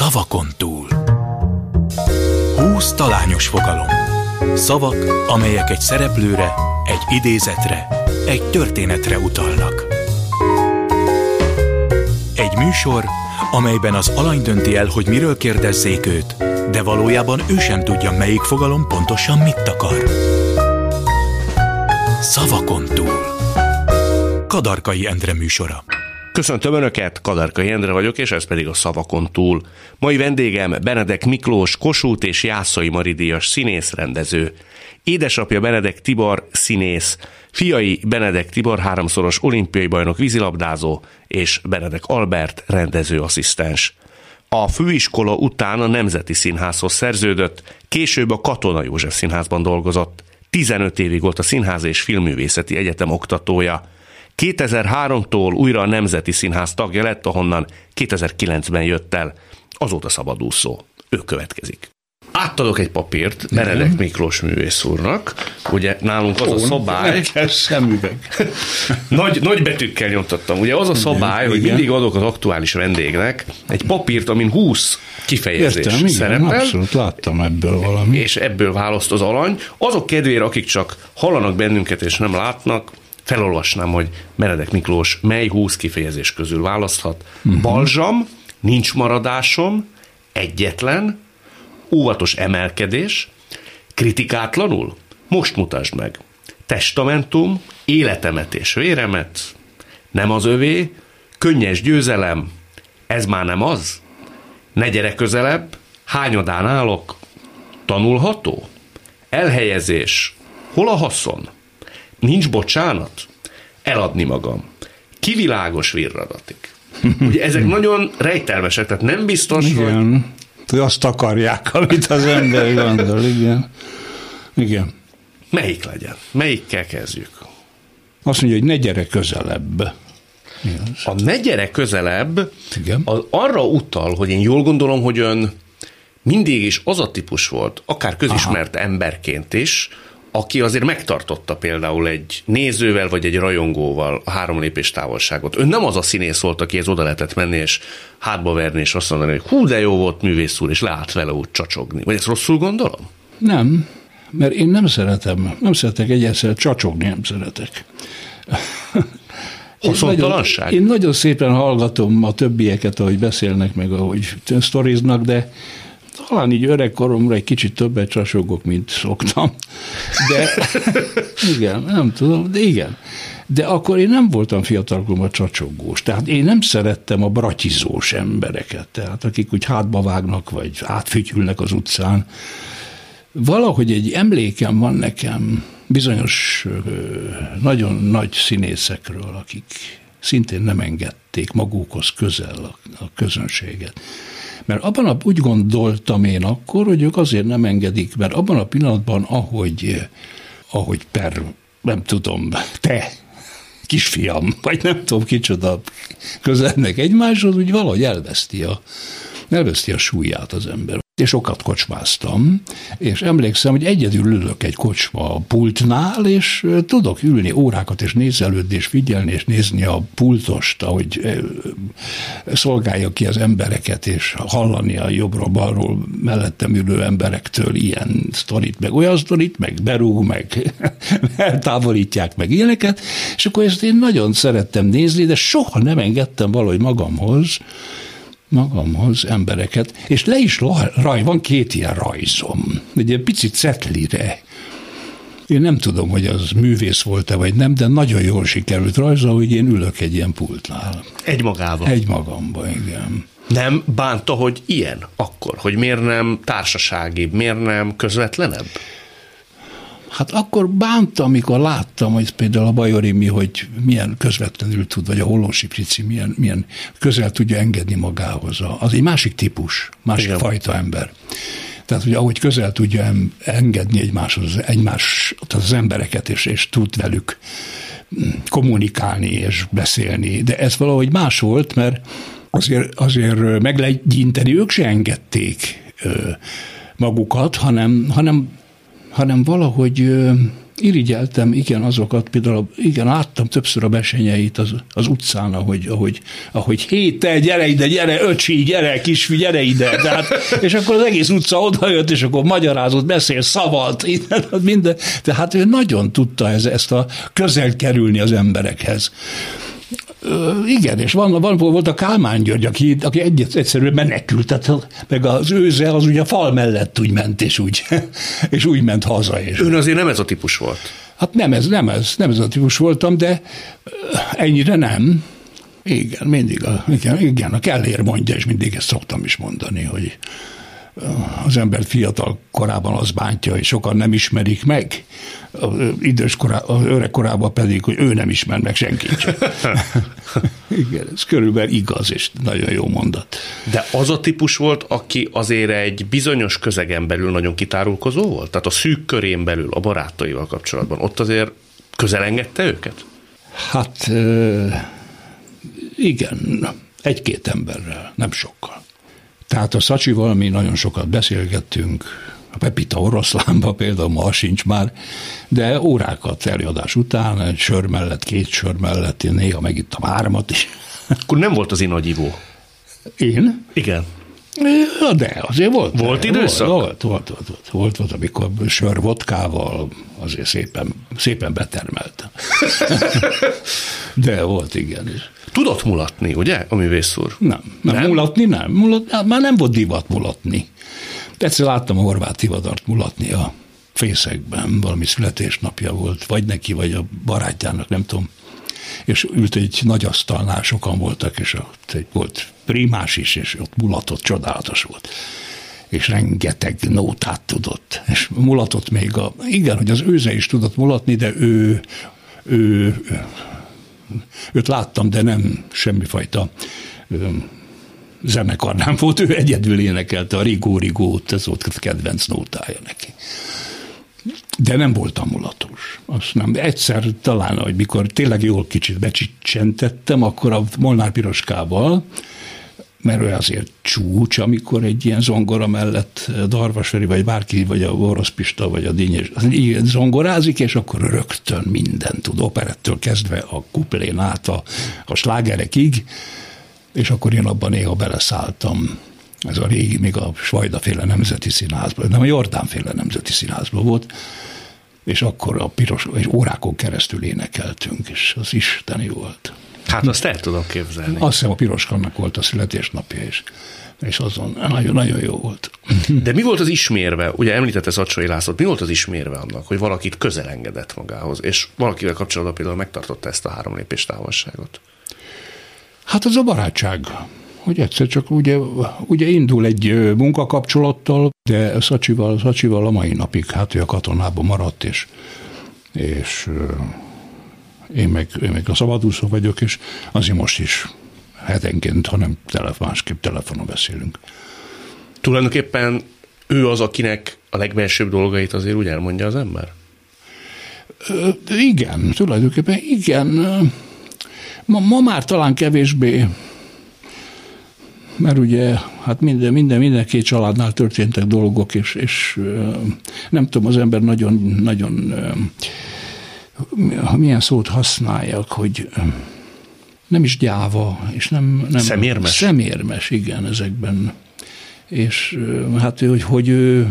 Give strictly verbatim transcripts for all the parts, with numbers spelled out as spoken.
Szavakon túl. Húsz talányos fogalom. Szavak, amelyek egy szereplőre, egy idézetre, egy történetre utalnak. Egy műsor, amelyben az alany dönti el, hogy miről kérdezzék őt, de valójában ő sem tudja, melyik fogalom pontosan mit akar. Szavakon túl. Kadarkai Endre műsora. Köszöntöm Önöket, Kadarkai Endre vagyok, és ez pedig a Szavakon túl. Mai vendégem Benedek Miklós, Kossuth és Jászai Mari díjas színész, rendező. Édesapja Benedek Tibor színész, fiai Benedek Tibor háromszoros olimpiai bajnok vízilabdázó, és Benedek Albert rendezőasszisztens. A főiskola után a Nemzeti Színházhoz szerződött, később a Katona József Színházban dolgozott. tizenöt évig volt a Színház és Filmművészeti Egyetem oktatója. kétezer-háromtól újra a Nemzeti Színház tagja lett, ahonnan kétezer-kilencben jött el. Azóta szabadúszó. Ő következik. Átadok egy papírt Benedek Miklós művész úrnak. Ugye nálunk az Ó, a szabály... Szemüveg. nagy, nagy betűkkel nyomtattam. Ugye az a szabály, igen, hogy igen. mindig adok az aktuális vendégnek egy papírt, amin húsz kifejezés Értem, szerepel. Igen, abszolút láttam ebből valami. És ebből választ az alany. Azok kedvére, akik csak hallanak bennünket és nem látnak, felolvasnám, hogy Benedek Miklós mely húsz kifejezés közül választhat. Uh-huh. Balzsam, nincs maradásom, egyetlen, óvatos emelkedés, kritikátlanul, most mutasd meg, testamentum, életemet és véremet, nem az övé, könnyes győzelem, ez már nem az, ne gyere közelebb, hányadán állok, tanulható, elhelyezés, hol a haszon, nincs bocsánat, eladni magam, kivilágos virradatik. Ugye ezek nagyon rejtelmesek, tehát nem biztos, igen. hogy... hogy azt akarják, amit az ember gondol, igen. Igen. Melyik legyen? Melyikkel kezdjük? Azt mondja, hogy ne gyere közelebb. Igen. A ne gyere közelebb az arra utal, hogy én jól gondolom, hogy ön mindig is az a típus volt, akár közismert Aha. emberként is, aki azért megtartotta például egy nézővel vagy egy rajongóval a három lépés távolságot. Ön nem az a színész volt, akihez oda lehetett menni, és hátba verni, és azt mondani, hogy hú, de jó volt művész úr, és leállt vele úgy csacsogni. Vagy ezt rosszul gondolom? Nem, mert én nem szeretem, nem szeretek egyszerűen csacsogni, nem szeretek. Haszontalanság? Én, én nagyon szépen hallgatom a többieket, ahogy beszélnek, meg ahogy sztoriznak, de talán így öregkoromra egy kicsit többet csasogok, mint szoktam. De igen, nem tudom, de igen. De akkor én nem voltam fiatalkoromban csacsogós. Tehát én nem szerettem a bratyizós embereket, tehát akik úgy hátba vágnak, vagy átfütyülnek az utcán. Valahogy egy emlékem van nekem bizonyos nagyon nagy színészekről, akik szintén nem engedték magukhoz közel a, a közönséget. Mert abban a, úgy gondoltam én akkor, hogy ők azért nem engedik, mert abban a pillanatban, ahogy, ahogy per, nem tudom, te, kisfiam, vagy nem tudom kicsoda közelnek egymáshoz, úgy valahogy elveszti a, elveszti a súlyát az ember. És sokat kocsmáztam, és emlékszem, hogy egyedül ülök egy kocsma pultnál, és tudok ülni órákat, és nézelődni, és figyelni, és nézni a pultost, ahogy szolgálja ki az embereket, és hallani a jobbról-balról mellettem ülő emberektől ilyen sztorit, meg olyan sztorit, meg berúg, meg eltávolítják, meg ilyeneket, és akkor ezt én nagyon szerettem nézni, de soha nem engedtem valahogy magamhoz, magamhoz embereket, és le is raj, van két ilyen rajzom, egy ilyen picit cetlire. Én nem tudom, hogy az művész volt-e, vagy nem, de nagyon jól sikerült rajzol, hogy én ülök egy ilyen pultnál. Egy magában? Egy magamban, igen. Nem bánta, hogy ilyen akkor? Hogy miért nem társaságibb, miért nem közvetlenebb? Hát akkor bántam, amikor láttam, hogy például a Bajori mi, hogy milyen közvetlenül tud, vagy a Hollósi Frici milyen, milyen közel tudja engedni magához. Az egy másik típus, másik Igen. fajta ember. Tehát, hogy ahogy közel tudja engedni egymáshoz, egymás, az embereket, és, és tud velük kommunikálni és beszélni. De ez valahogy más volt, mert azért, azért meglegyinteni ők se engedték magukat, hanem, hanem hanem valahogy irigyeltem, igen, azokat, például, igen, láttam többször a besenyeit az, az utcán, ahogy, ahogy, ahogy hé, te, gyere ide, gyere, öcsi, gyere, kisfi, gyere ide. Tehát, és akkor az egész utca odajött, és akkor magyarázott, beszél, szavalt, minden. Tehát ő nagyon tudta ez, ezt a közel kerülni az emberekhez. Igen, és van, van, volt a Kálmán György, aki, aki egyet, egyszerűen menekült, tehát meg az Őze az ugye a fal mellett úgy ment, és úgy, és úgy ment haza. És ön azért nem ez a típus volt? Hát nem ez, nem ez, nem ez a típus voltam, de ennyire nem. Igen, mindig a, igen, igen, a Kellér mondja, és mindig ezt szoktam is mondani, hogy az ember fiatal korában az bántja, hogy sokan nem ismerik meg, az idős korá, az öreg korában pedig, hogy ő nem ismer meg senkit sem. Igen, ez körülbelül igaz, és nagyon jó mondat. De az a típus volt, aki azért egy bizonyos közegen belül nagyon kitárulkozó volt? Tehát a szűk körén belül, a barátaival kapcsolatban, ott azért közelengedte őket? Hát igen, egy-két emberrel, nem sokkal. Tehát a Szacsival mi nagyon sokat beszélgettünk, a Pepita Oroszlánban például ma sincs már, de órákat előadás után, egy sör mellett, két sör mellett, én néha megittam hármat is. Akkor nem volt az én nagyivó. Én? Igen. Ja, de azért volt. Volt időszak? Volt, volt, volt, volt, volt, volt, amikor sör vodkával azért szépen, szépen betermeltem. De volt, igen is. Tudott mulatni, ugye, a művész úr? Nem, nem, nem? mulatni nem. Mulat, már nem volt divat mulatni. Egyszer láttam a Horváth Tivadart mulatni a Fészekben, valami születésnapja volt, vagy neki, vagy a barátjának, nem tudom. És ült egy nagy asztalnál, sokan voltak, és ott egy volt primás is, és ott mulatott, csodálatos volt. És rengeteg nótát tudott. És mulatott még a... Igen, hogy az Őze is tudott mulatni, de ő... ő őt láttam, de nem semmifajta zenekar nem volt, ő egyedül énekelte a Rigó Rigót, ez volt a kedvenc nótája neki. De nem voltam mulatos. Azt nem. Egyszer talán, hogy mikor tényleg jól kicsit becsicsentettem, akkor a Molnár Piroskával, mert ő azért csúcs, amikor egy ilyen zongora mellett Darvasferi, vagy bárki, vagy a Orosz Pista, vagy a Dínyes zongorázik, és akkor rögtön mindent tud, operettől kezdve a kuplén át a, a slágerekig, és akkor én abban néha beleszálltam. Ez a régi, még a Svajda-féle Nemzeti Színházban, nem a Jordán-féle Nemzeti Színházban volt, és akkor a piros, és órákon keresztül énekeltünk, és az isteni volt. Hát azt el tudom képzelni. Azt hiszem a Piroskannak volt a születésnapja is, és azon nagyon, nagyon jó volt. De mi volt az ismérve, ugye említette Szacsai Lászlót, mi volt az ismérve annak, hogy valakit közel engedett magához, és valakivel kapcsolatban például megtartotta ezt a három lépés távolságot? Hát az a barátság, hogy egyszer csak ugye, ugye indul egy munkakapcsolattal, de Szacsival, Szacsival a mai napig, hát ő a katonában maradt, és, és én meg, én meg a szabadúszó vagyok, és azért most is hetenként, hanem telefon, másképp telefonon beszélünk. Tulajdonképpen ő az, akinek a legbelsőbb dolgait azért úgy elmondja az ember? Igen, tulajdonképpen igen. Ma, ma már talán kevésbé, mert ugye hát minden, minden, minden két családnál történtek dolgok, és, és nem tudom, az ember nagyon, nagyon milyen szót használjak, hogy nem is gyáva, és nem... nem szemérmes? Szemérmes, igen, ezekben. És hát, hogy, hogy ő,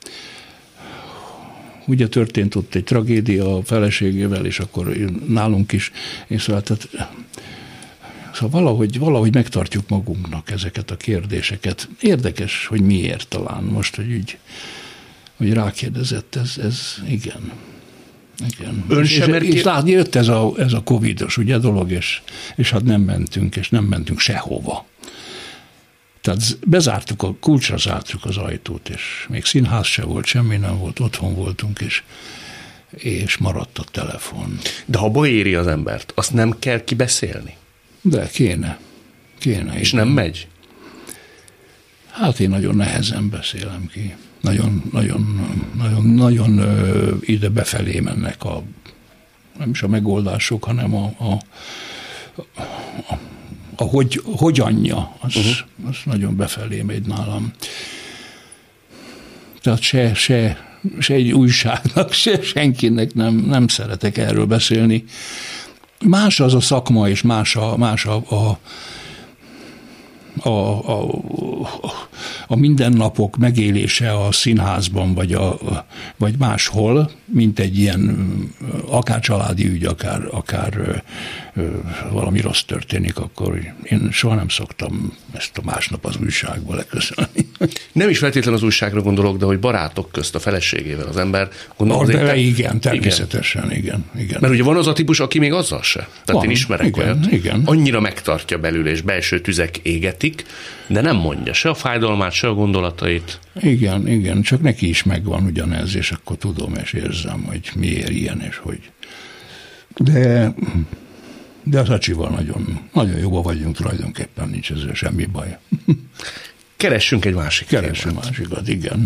ugye történt ott egy tragédia a feleségével, és akkor nálunk is, és szóval, tehát, szóval valahogy, valahogy megtartjuk magunknak ezeket a kérdéseket. Érdekes, hogy miért talán most, hogy úgy, hogy rákérdezett, ez, ez igen. Igen. Ön és, sem és, és látni, jött ez a, ez a covidos ugye, dolog, és, és hát nem mentünk, és nem mentünk sehova. Tehát bezártuk, a kulcsra zártuk az ajtót, és még színház se volt, semmi nem volt, otthon voltunk, és, és maradt a telefon. De ha baj éri az embert, azt nem kell kibeszélni? De kéne. kéne és nem megy? Hát én nagyon nehezen beszélem ki. Nagyon, nagyon, nagyon, nagyon ö, ide befelé mennek a, nem is a megoldások, hanem a, a, a, a hogy, hogyanja, az, uh-huh. az nagyon befelé megy nálam. Tehát se, se, se egy újságnak, se senkinek nem, nem szeretek erről beszélni. Más az a szakma, és más a, más a, a A, a, a mindennapok megélése a színházban, vagy, a, vagy máshol, mint egy ilyen akár családi ügy, akár, akár valami rossz történik, akkor én soha nem szoktam ezt a másnap az újságból leköszönni. Nem is feltétlenül az újságra gondolok, de hogy barátok közt a feleségével az ember gondol. Bele, te... igen, természetesen, igen. igen, igen. Mert ugye van az a típus, aki még azzal se. Tehát van, én ismerek igen, olyat. Igen. Annyira megtartja belül, és belső tüzek égetik, de nem mondja se a fájdalmát, se a gondolatait. Igen, igen, csak neki is megvan ugyanez, és akkor tudom és érzem, hogy miért ilyen, és hogy... De, de az Acsival nagyon, nagyon jóban vagyunk, tulajdonképpen nincs ezzel semmi baj. Keressünk egy másik Keressünk másikat, igen.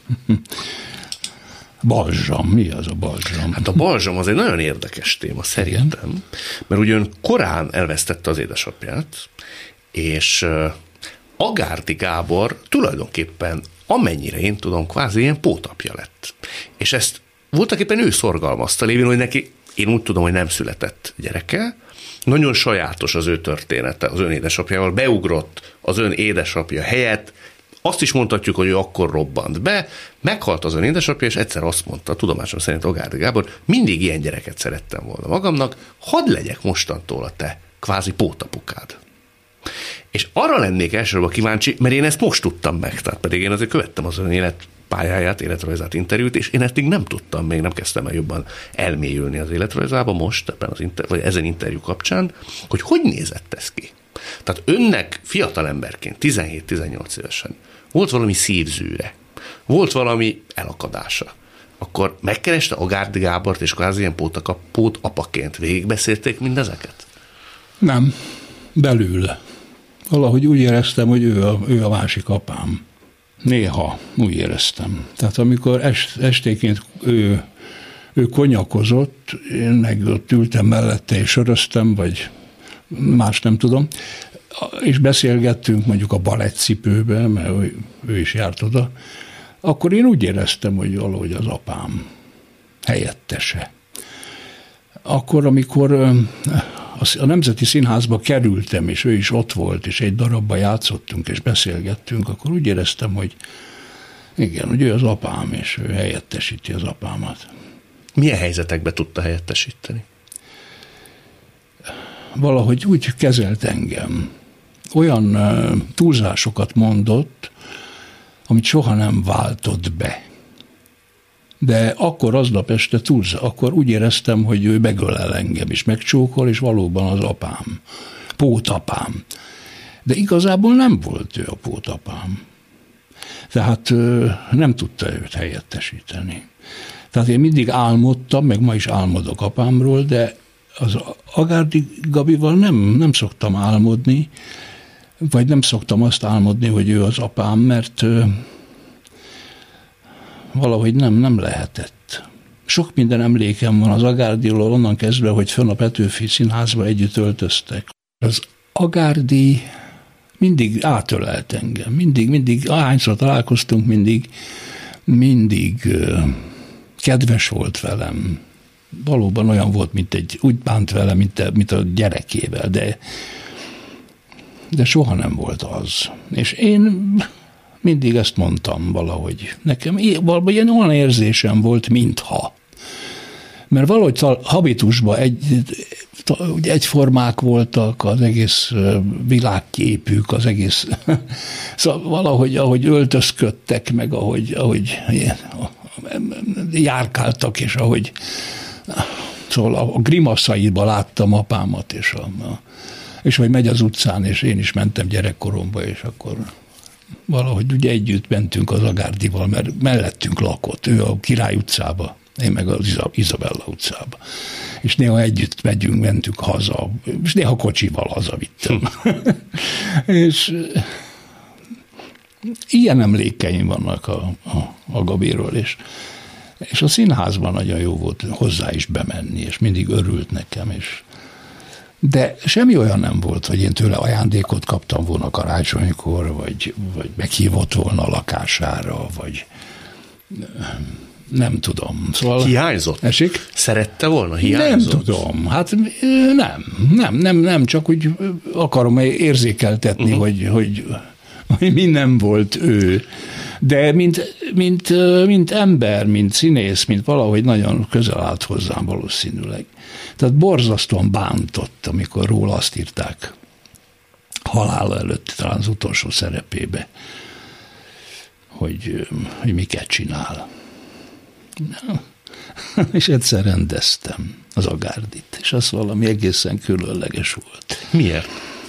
Balzsam, mi az a balzsam? Hát a balzsam az egy nagyon érdekes téma szerintem, igen. Mert ugyan korán elvesztette az édesapját, és Agárdi Gábor tulajdonképpen, amennyire én tudom, kvázi ilyen pótapja lett. És ezt voltaképpen ő szorgalmazta lévén, hogy neki, én úgy tudom, hogy nem született gyereke, nagyon sajátos az ő története az ön édesapjával, beugrott az ön édesapja helyett, azt is mondhatjuk, hogy ő akkor robbant be, meghalt az ön édesapja, és egyszer azt mondta, tudomásom szerint Agárdi Gábor, mindig ilyen gyereket szerettem volna magamnak, hadd legyek mostantól a te kvázi pótapukád. És arra lennék elsősorban kíváncsi, mert én ezt most tudtam meg, tehát pedig én azért követtem az ön életpályáját, életrajzát, interjút, és én ezt még nem tudtam, még nem kezdtem el jobban elmélyülni az életrajzába most, ebben az inter- vagy ezen interjú kapcsán, hogy hogy nézett ez ki. Tehát önnek fiatalemberként, tizenhét-tizennyolc évesen volt valami szívzűre, volt valami elakadása, akkor megkereste Agárdi Gábort, és kvázi ilyen pót apaként végigbeszélték mindezeket? Nem, belül. Valahogy úgy éreztem, hogy ő a, ő a másik apám. Néha úgy éreztem. Tehát amikor est, estéként ő, ő konyakozott, én meg ott ültem mellette és söröztem, vagy más nem tudom, és beszélgettünk mondjuk a balettcipőbe, mert ő, ő is járt oda, akkor én úgy éreztem, hogy valahogy az apám helyettese. Akkor, amikor a Nemzeti Színházba kerültem, és ő is ott volt, és egy darabba játszottunk, és beszélgettünk, akkor úgy éreztem, hogy igen, hogy ő az apám, és ő helyettesíti az apámat. Milyen helyzetekbe tudta helyettesíteni? Valahogy úgy kezelt engem. Olyan uh, túlzásokat mondott, amit soha nem váltott be. De akkor aznap este túlzá, akkor úgy éreztem, hogy ő megölel engem, és megcsókol, és valóban az apám, pótapám. De igazából nem volt ő a pótapám. Tehát uh, nem tudta őt helyettesíteni. Tehát én mindig álmodtam, meg ma is álmodok apámról, de az Agárdi Gabival nem, nem szoktam álmodni, vagy nem szoktam azt álmodni, hogy ő az apám, mert ö, valahogy nem, nem lehetett. Sok minden emlékem van az Agárdiról onnan kezdve, hogy fönn a Petőfi Színházba együtt öltöztek. Az Agárdi mindig átölelt engem, mindig, mindig, ahányszor találkoztunk, mindig, mindig ö, kedves volt velem. Valóban olyan volt, mint egy, úgy bánt vele, mint a, mint a gyerekével, de, de soha nem volt az. És én mindig ezt mondtam valahogy. Nekem valahogy olyan érzésem volt, mintha. Mert valahogy habitusban egy, egyformák voltak, az egész világképük, az egész, szóval valahogy, ahogy öltözködtek, meg ahogy, ahogy járkáltak, és ahogy szóval a grimasszaiba láttam apámat, és, a, a, és hogy megy az utcán, és én is mentem gyerekkoromba, és akkor valahogy ugye együtt mentünk az Agárdival, mert mellettünk lakott, ő a Király utcába, én meg az Izabella utcába. És néha együtt megyünk, mentünk haza, és néha kocsival hazavittem. Hm. És ilyen emlékeim vannak a, a, a Gabiról, és És a színházban nagyon jó volt hozzá is bemenni, és mindig örült nekem, és de semmi olyan nem volt, hogy én tőle ajándékot kaptam volna karácsonykor, vagy, vagy meghívott volna a lakására, vagy Nem tudom. Szóval Hiányzott? Esik? Szerette volna? Hiányzott? Nem tudom. Hát nem. Nem, nem, nem. Csak úgy akarom érzékeltetni, uh-huh. hogy, hogy, hogy mi nem volt ő. De mint, mint, mint ember, mint színész, mint valahogy nagyon közel állt hozzám valószínűleg. Tehát borzasztóan bántott, amikor róla azt írták halála előtt, talán az utolsó szerepébe, hogy, hogy miket csinál. És egyszer rendeztem az Agárdit, és az valami egészen különleges volt. Miért?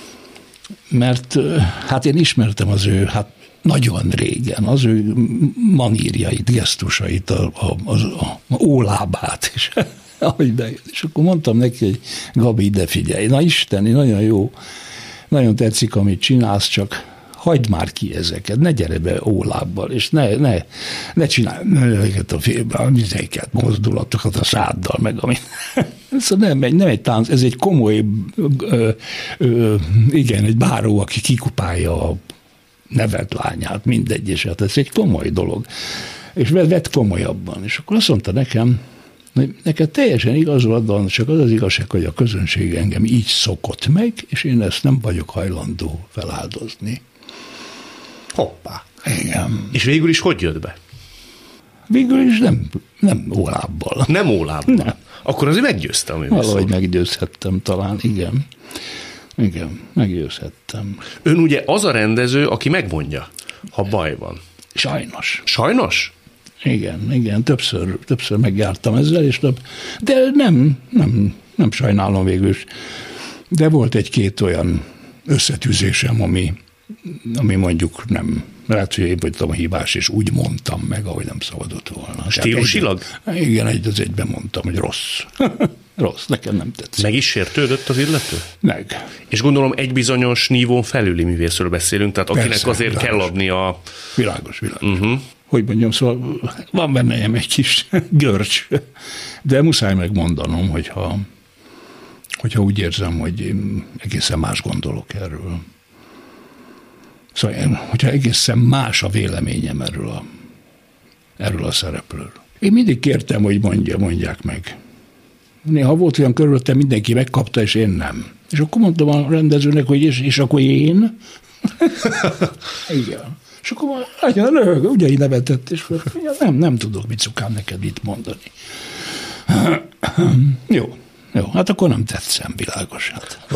Mert hát én ismertem az ő, hát nagyon régen, az ő manírjait, gesztusait, a, a, a, a ólábát, és ahogy bejött. És akkor mondtam neki, hogy Gabi, ide figyelj, na isteni, nagyon jó, nagyon tetszik, amit csinálsz, csak hagyd már ki ezeket, ne gyere be ólábbal, és ne, ne, ne csinálj ezeket a filmben, ezeket mozdulatokat a száddal, meg amit. Szóval nem egy, nem egy tánc, ez egy komoly, ö, ö, igen, egy báró, aki kikupálja a nevelt lányát, mindegy, és hát ez egy komoly dolog. És vett komolyabban. És akkor azt mondta nekem, hogy neked teljesen igazad van, csak az az igazság, hogy a közönség engem így szokott meg, és én ezt nem vagyok hajlandó feláldozni. Hoppá. Igen. És végül is hogy jött be? Végül is nem, nem ólábbal. Nem ólábbal? Nem. Akkor azért meggyőztem. Hogy Valahogy meggyőzhettem talán, igen. Igen, meggyőzhettem. Ön ugye az a rendező, aki megmondja, ha baj van. Sajnos. Sajnos? Igen, igen, többször, többször megjártam ezzel, és több, de nem, nem, nem sajnálom végül is. De volt egy-két olyan összetűzésem, ami, ami mondjuk nem, lehet, hogy én voltam a hibás, és úgy mondtam meg, ahogy nem szabadott volna. Stílusilag? Egy, igen, egy az egyben mondtam, hogy rossz. Rossz, nekem nem tetszik. Meg is sértődött az illető? Meg. És gondolom egy bizonyos nívón felüli művészről beszélünk, tehát akinek Persze, azért világos. kell adni a... Világos, világos. Uh-huh. Hogy mondjam, szóval van bennem egy kis görcs, de muszáj megmondanom, hogyha, hogyha úgy érzem, hogy én egészen más gondolok erről. Szóval én, hogyha egészen más a véleményem erről a, erről a szereplőről. Én mindig kértem, hogy mondja, mondják meg. Néha volt olyan körülöttem, mindenki megkapta, és én nem. És akkor mondtam a rendezőnek, hogy és, és akkor én? Igen. És akkor anya, röhög, ugye így nevetett, és nem, nem tudok, Micukám, neked mit mondani. Jó, jó, hát akkor nem tetszem, világos. Hát,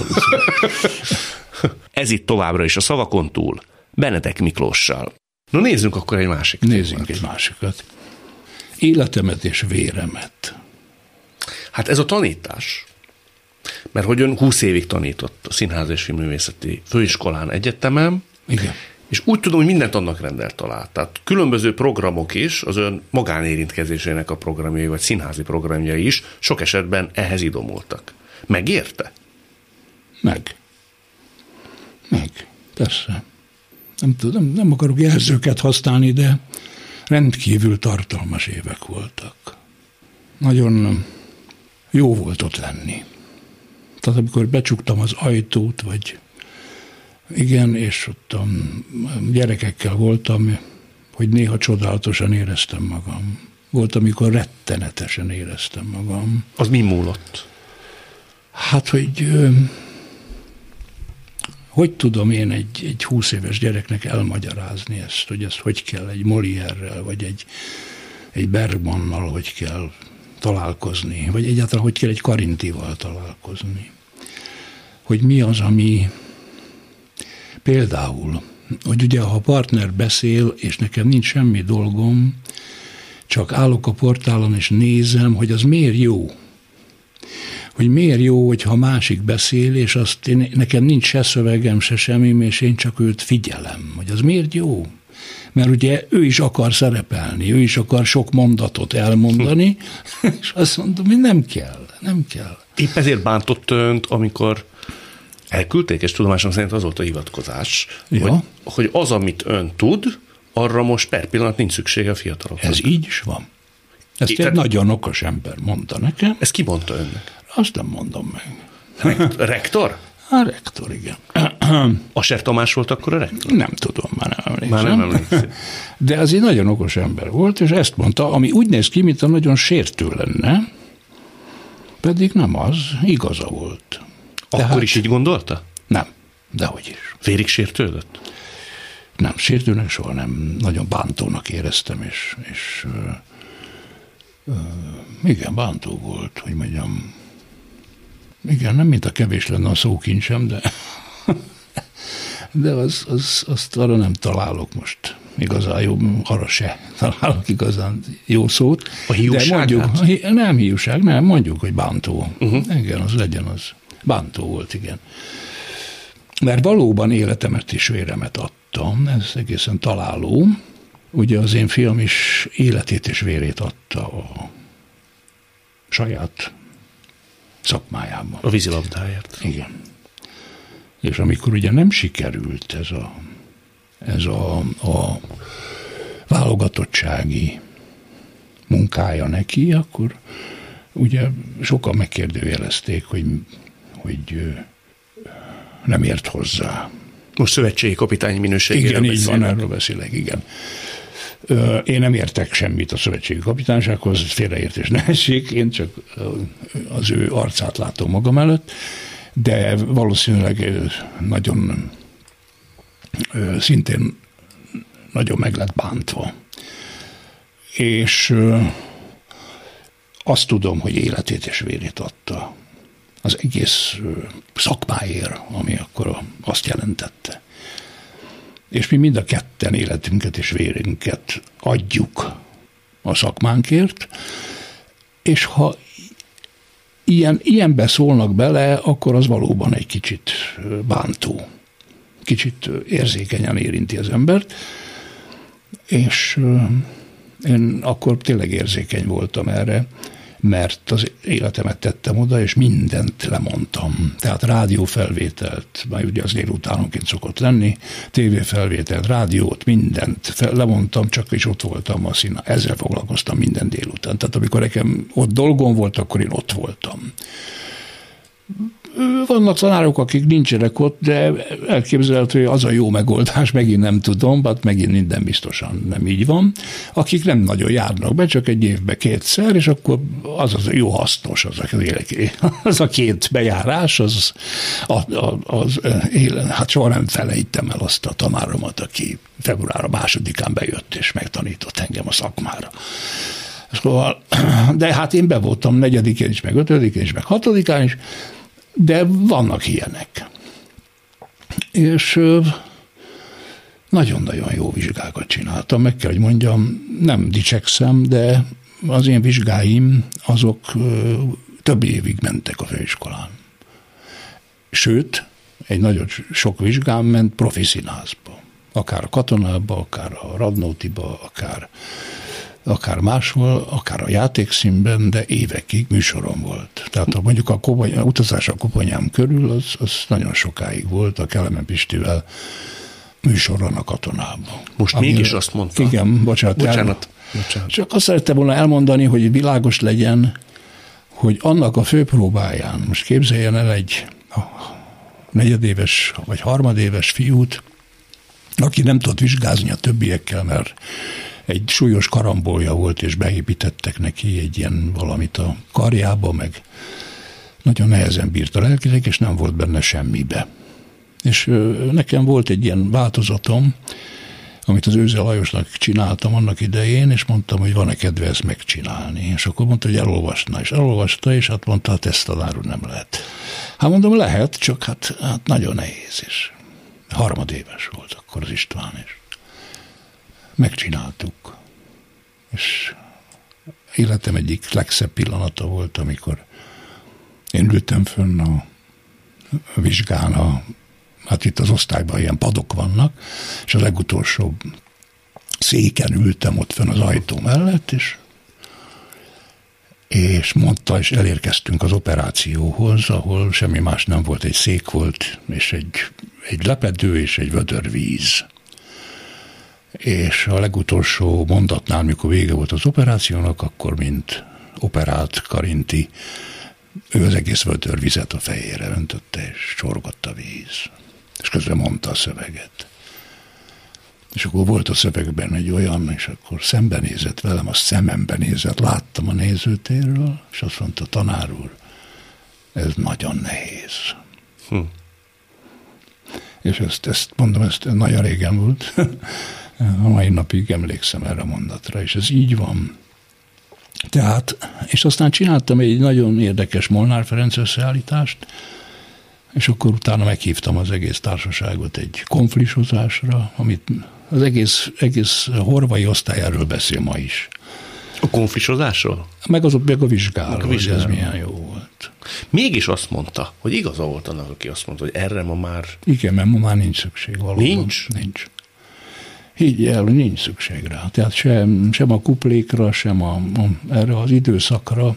Ez itt továbbra is a Szavakon túl, Benedek Miklóssal. No nézzünk akkor egy másik Nézzünk témát. egy másikat. Életemet és véremet. Hát ez a tanítás. Mert hogy ön húsz évig tanított a Színház és Filmművészeti Főiskolán, egyetemen, Igen. és úgy tudom, hogy mindent annak rendelt alá. Tehát különböző programok is, az ön magánérintkezésének a programjai, vagy színházi programjai is sok esetben ehhez idomultak. Megérte? Meg. Meg. Persze. Nem tudom, nem akarok jelzőket használni, de rendkívül tartalmas évek voltak. Nagyon jó volt ott lenni. Tehát amikor becsuktam az ajtót, vagy igen, és ott a gyerekekkel voltam, hogy néha csodálatosan éreztem magam. Volt, amikor rettenetesen éreztem magam. Az mi múlott? Hát, hogy hogy tudom én egy, egy húsz éves gyereknek elmagyarázni ezt, hogy ezt hogy kell egy Molière-rel, vagy egy, egy Bergmannal, hogy kell találkozni, vagy egyáltalán hogy kell egy Karintival találkozni. Hogy mi az, ami például, hogy ugye ha a partner beszél, és nekem nincs semmi dolgom, csak állok a portálon és nézem, hogy az miért jó. Hogy miért jó, hogyha másik beszél, és azt én, nekem nincs se szövegem, se semmi, és én csak őt figyelem. Hogy az miért jó? Mert ugye ő is akar szerepelni, ő is akar sok mondatot elmondani, és azt mondom, hogy nem kell, nem kell. Épp ezért bántott önt, amikor elküldték, és tudomásom szerint az volt a hivatkozás, ja. hogy, hogy az, amit ön tud, arra most per pillanat nincs szüksége a fiataloknak. Ez így is van. Ezt Itt, egy nagyon okos ember mondta nekem. Ezt ki mondta önnek? Azt nem mondom meg. Rekt- rektor? A rektor, igen. Aser Tamás volt akkor a rektor? Nem tudom, már nem emlékszem. Már nem emlékszem. De az egy nagyon okos ember volt, és ezt mondta, ami úgy néz ki, mintha nagyon sértő lenne, pedig nem az, igaza volt. Akkor Tehát, is így gondolta? Nem, dehogy is. Vérig sértődött? Nem, sértőnek soha nem. Nagyon bántónak éreztem, és, és uh, uh, igen, bántó volt, hogy mondjam. Igen, nem mint a kevés lenne a szókincsem, de, de az, az, azt arra nem találok most igazán jó, arra se találok igazán jó szót. A hiúság? De mondjuk, nem hiúság, nem, mondjuk, hogy bántó. Uh-huh. Igen, az legyen az. Bántó volt, igen. Mert valóban életemet és véremet adtam, ez egészen találó. Ugye az én fiam is életét és vérét adta a saját szakmájában. A vízilabdáért. Igen. És amikor ugye nem sikerült ez a, ez a, a válogatottsági munkája neki, akkor ugye sokan megkérdőjelezték, hogy, hogy nem ért hozzá. Most szövetségi kapitányi minőségéről Igen, így beszélek. van, erről beszélek, igen. Én nem értek semmit a szövetségi kapitánysághoz, félreértés ne essék, én csak az ő arcát látom magam előtt, de valószínűleg nagyon szintén nagyon meg lett bántva. És azt tudom, hogy életét és vérét adta az egész szakmáért, ami akkor azt jelentette. És mi mind a ketten életünket és vérünket adjuk a szakmánkért, és ha ilyen, ilyenbe szólnak bele, akkor az valóban egy kicsit bántó. Kicsit érzékenyen érinti az embert, és én akkor tényleg érzékeny voltam erre, mert az életemet tettem oda, és mindent lemondtam. Tehát rádiófelvételt, majd ugye az délutánonként szokott lenni, tévéfelvételt, rádiót, mindent fel, lemondtam, csak is ott voltam a színen. Ezzel foglalkoztam minden délután. Tehát amikor nekem ott dolgom volt, akkor én ott voltam. Vannak tanárok, akik nincsenek ott, de elképzelhető, hogy az a jó megoldás, megint nem tudom, hát megint minden biztosan nem így van, akik nem nagyon járnak be, csak egy évbe kétszer, és akkor az az jó hasznos, az a, az a két bejárás, az, az, az, az hát soha nem felejtem el azt a tanáromat, aki február másodikán bejött, és megtanított engem a szakmára. Szóval, de hát én be voltam negyedikén is, meg ötödikén is, meg hatodikán is, de vannak ilyenek. És nagyon-nagyon jó vizsgákat csináltam, meg kell, hogy mondjam, nem dicsekszem, de az én vizsgáim azok több évig mentek a főiskolán. Sőt, egy nagyon sok vizsgám ment profi színházba. Akár a Katonába, akár a Radnótiba, akár akár máshol, akár a játékszínben, de évekig műsorom volt. Tehát ha mondjuk a, Kopony, a utazás a Koponyám körül, az, az nagyon sokáig volt a Kelemen Pistivel műsoron a Katonában. Most Ami, mégis azt mondta. Igen, bocsánat. Bocsánat. bocsánat. Csak azt szerettem volna elmondani, hogy világos legyen, hogy annak a főpróbáján, most képzeljen el egy negyedéves vagy harmadéves fiút, aki nem tudott vizsgázni a többiekkel, mert egy súlyos karambolja volt, és beépítettek neki egy ilyen valamit a karjába, meg nagyon nehezen bírta lelkileg, és nem volt benne semmibe. És nekem volt egy ilyen változatom, amit az Őze Lajosnak csináltam annak idején, és mondtam, hogy van-e kedve ezt megcsinálni. És akkor mondta, hogy elolvasna, és elolvasta, és hát mondta, hát ezt tanárul nem lehet. Hát mondom, lehet, csak hát, hát nagyon nehéz, és harmadéves volt akkor az István is. Megcsináltuk. És életem egyik legszebb pillanata volt, amikor én ültem fönn a vizsgán, a, hát itt az osztályban ilyen padok vannak, és a legutolsó széken ültem ott fönn az ajtó mellett, és, és mondta, és elérkeztünk az operációhoz, ahol semmi más nem volt, egy szék volt, és egy, egy lepedő, és egy vödör víz. És a legutolsó mondatnál, mikor vége volt az operációnak, akkor mint operált Karinti, ő az egész vödörvizet a fejére öntötte, és csorgott a víz. És közben mondta a szöveget. És akkor volt a szövegben egy olyan, és akkor szembenézett velem, a szemembe nézett, láttam a nézőtérről, és azt mondta, tanár úr, ez nagyon nehéz. Hm. És ezt, ezt mondom, ezt nagyon régen volt. A mai napig emlékszem erre a mondatra, és ez így van. Tehát, és aztán csináltam egy nagyon érdekes Molnár Ferenc összeállítást, és akkor utána meghívtam az egész társaságot egy konflisozásra, amit az egész, egész horvai osztályáról beszél ma is. A konflisozásról? Meg, az, meg a vizsgáról, hogy ez milyen jó volt. Mégis azt mondta, hogy igaza volt annak, aki azt mondta, hogy erre ma már... Igen, mert ma már nincs szükség valóban. Nincs? Nincs. Higgy el, hogy nincs szükség rá. Tehát sem, sem a kuplékra, sem a, a, erre az időszakra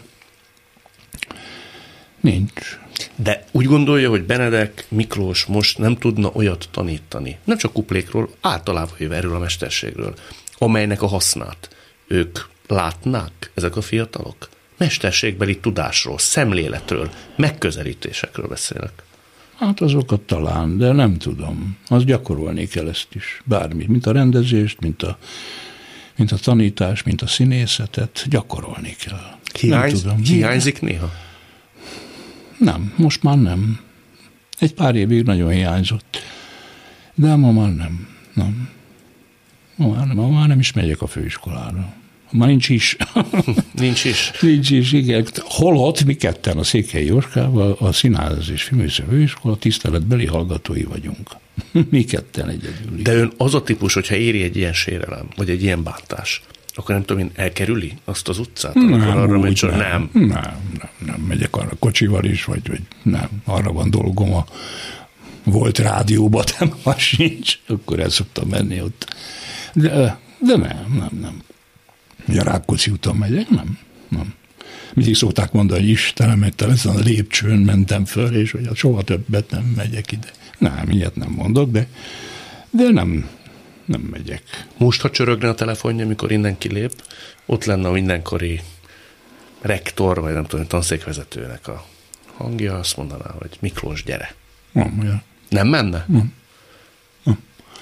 nincs. De úgy gondolja, hogy Benedek Miklós most nem tudna olyat tanítani, nem csak kuplékról, általában jöve erről a mesterségről, amelynek a hasznát ők látnák, ezek a fiatalok? Mesterségbeli tudásról, szemléletről, megközelítésekről beszélek. Hát azokat talán, de nem tudom. Az gyakorolni kell ezt is. Bármit, mint a rendezést, mint a, mint a tanítás, mint a színészetet, gyakorolni kell. Hiányz, nem tudom. Hiányzik néha? Nem, most már nem. Egy pár évig nagyon hiányzott. De ma már nem. nem. Ma, már nem ma már nem is megyek a főiskolára. Ma nincs is. Nincs is? Nincs is, igen. Holott mi ketten a Székely Jóskával, a Színház és Filmművészeti Főiskola tiszteletbeli hallgatói vagyunk. Mi ketten egyedül. De ön az a típus, hogyha éri egy ilyen sérelem, vagy egy ilyen bántás, akkor nem tudom én, elkerüli azt az utcát? Nem, arra úgy nem. nem. Nem, nem, nem, megyek arra kocsival is, vagy, vagy nem, arra van dolgom a volt rádióban, de már sincs, akkor el szoktam menni ott. De, de nem, nem, nem. Ugye a Rákóczi úton megyek, nem, nem. Mindig szokták mondani, hogy Istenem, mert ezen a lépcsőn mentem föl, és hogy soha többet nem megyek ide. Nem, ilyet nem mondok, de, de nem, nem megyek. Most, ha csörögne a telefonja, amikor innen kilép, ott lenne a mindenkori rektor, vagy nem tudom, tanszékvezetőnek a hangja, azt mondaná, hogy Miklós, gyere. Nem, olyan. Nem menne? Nem. Nem.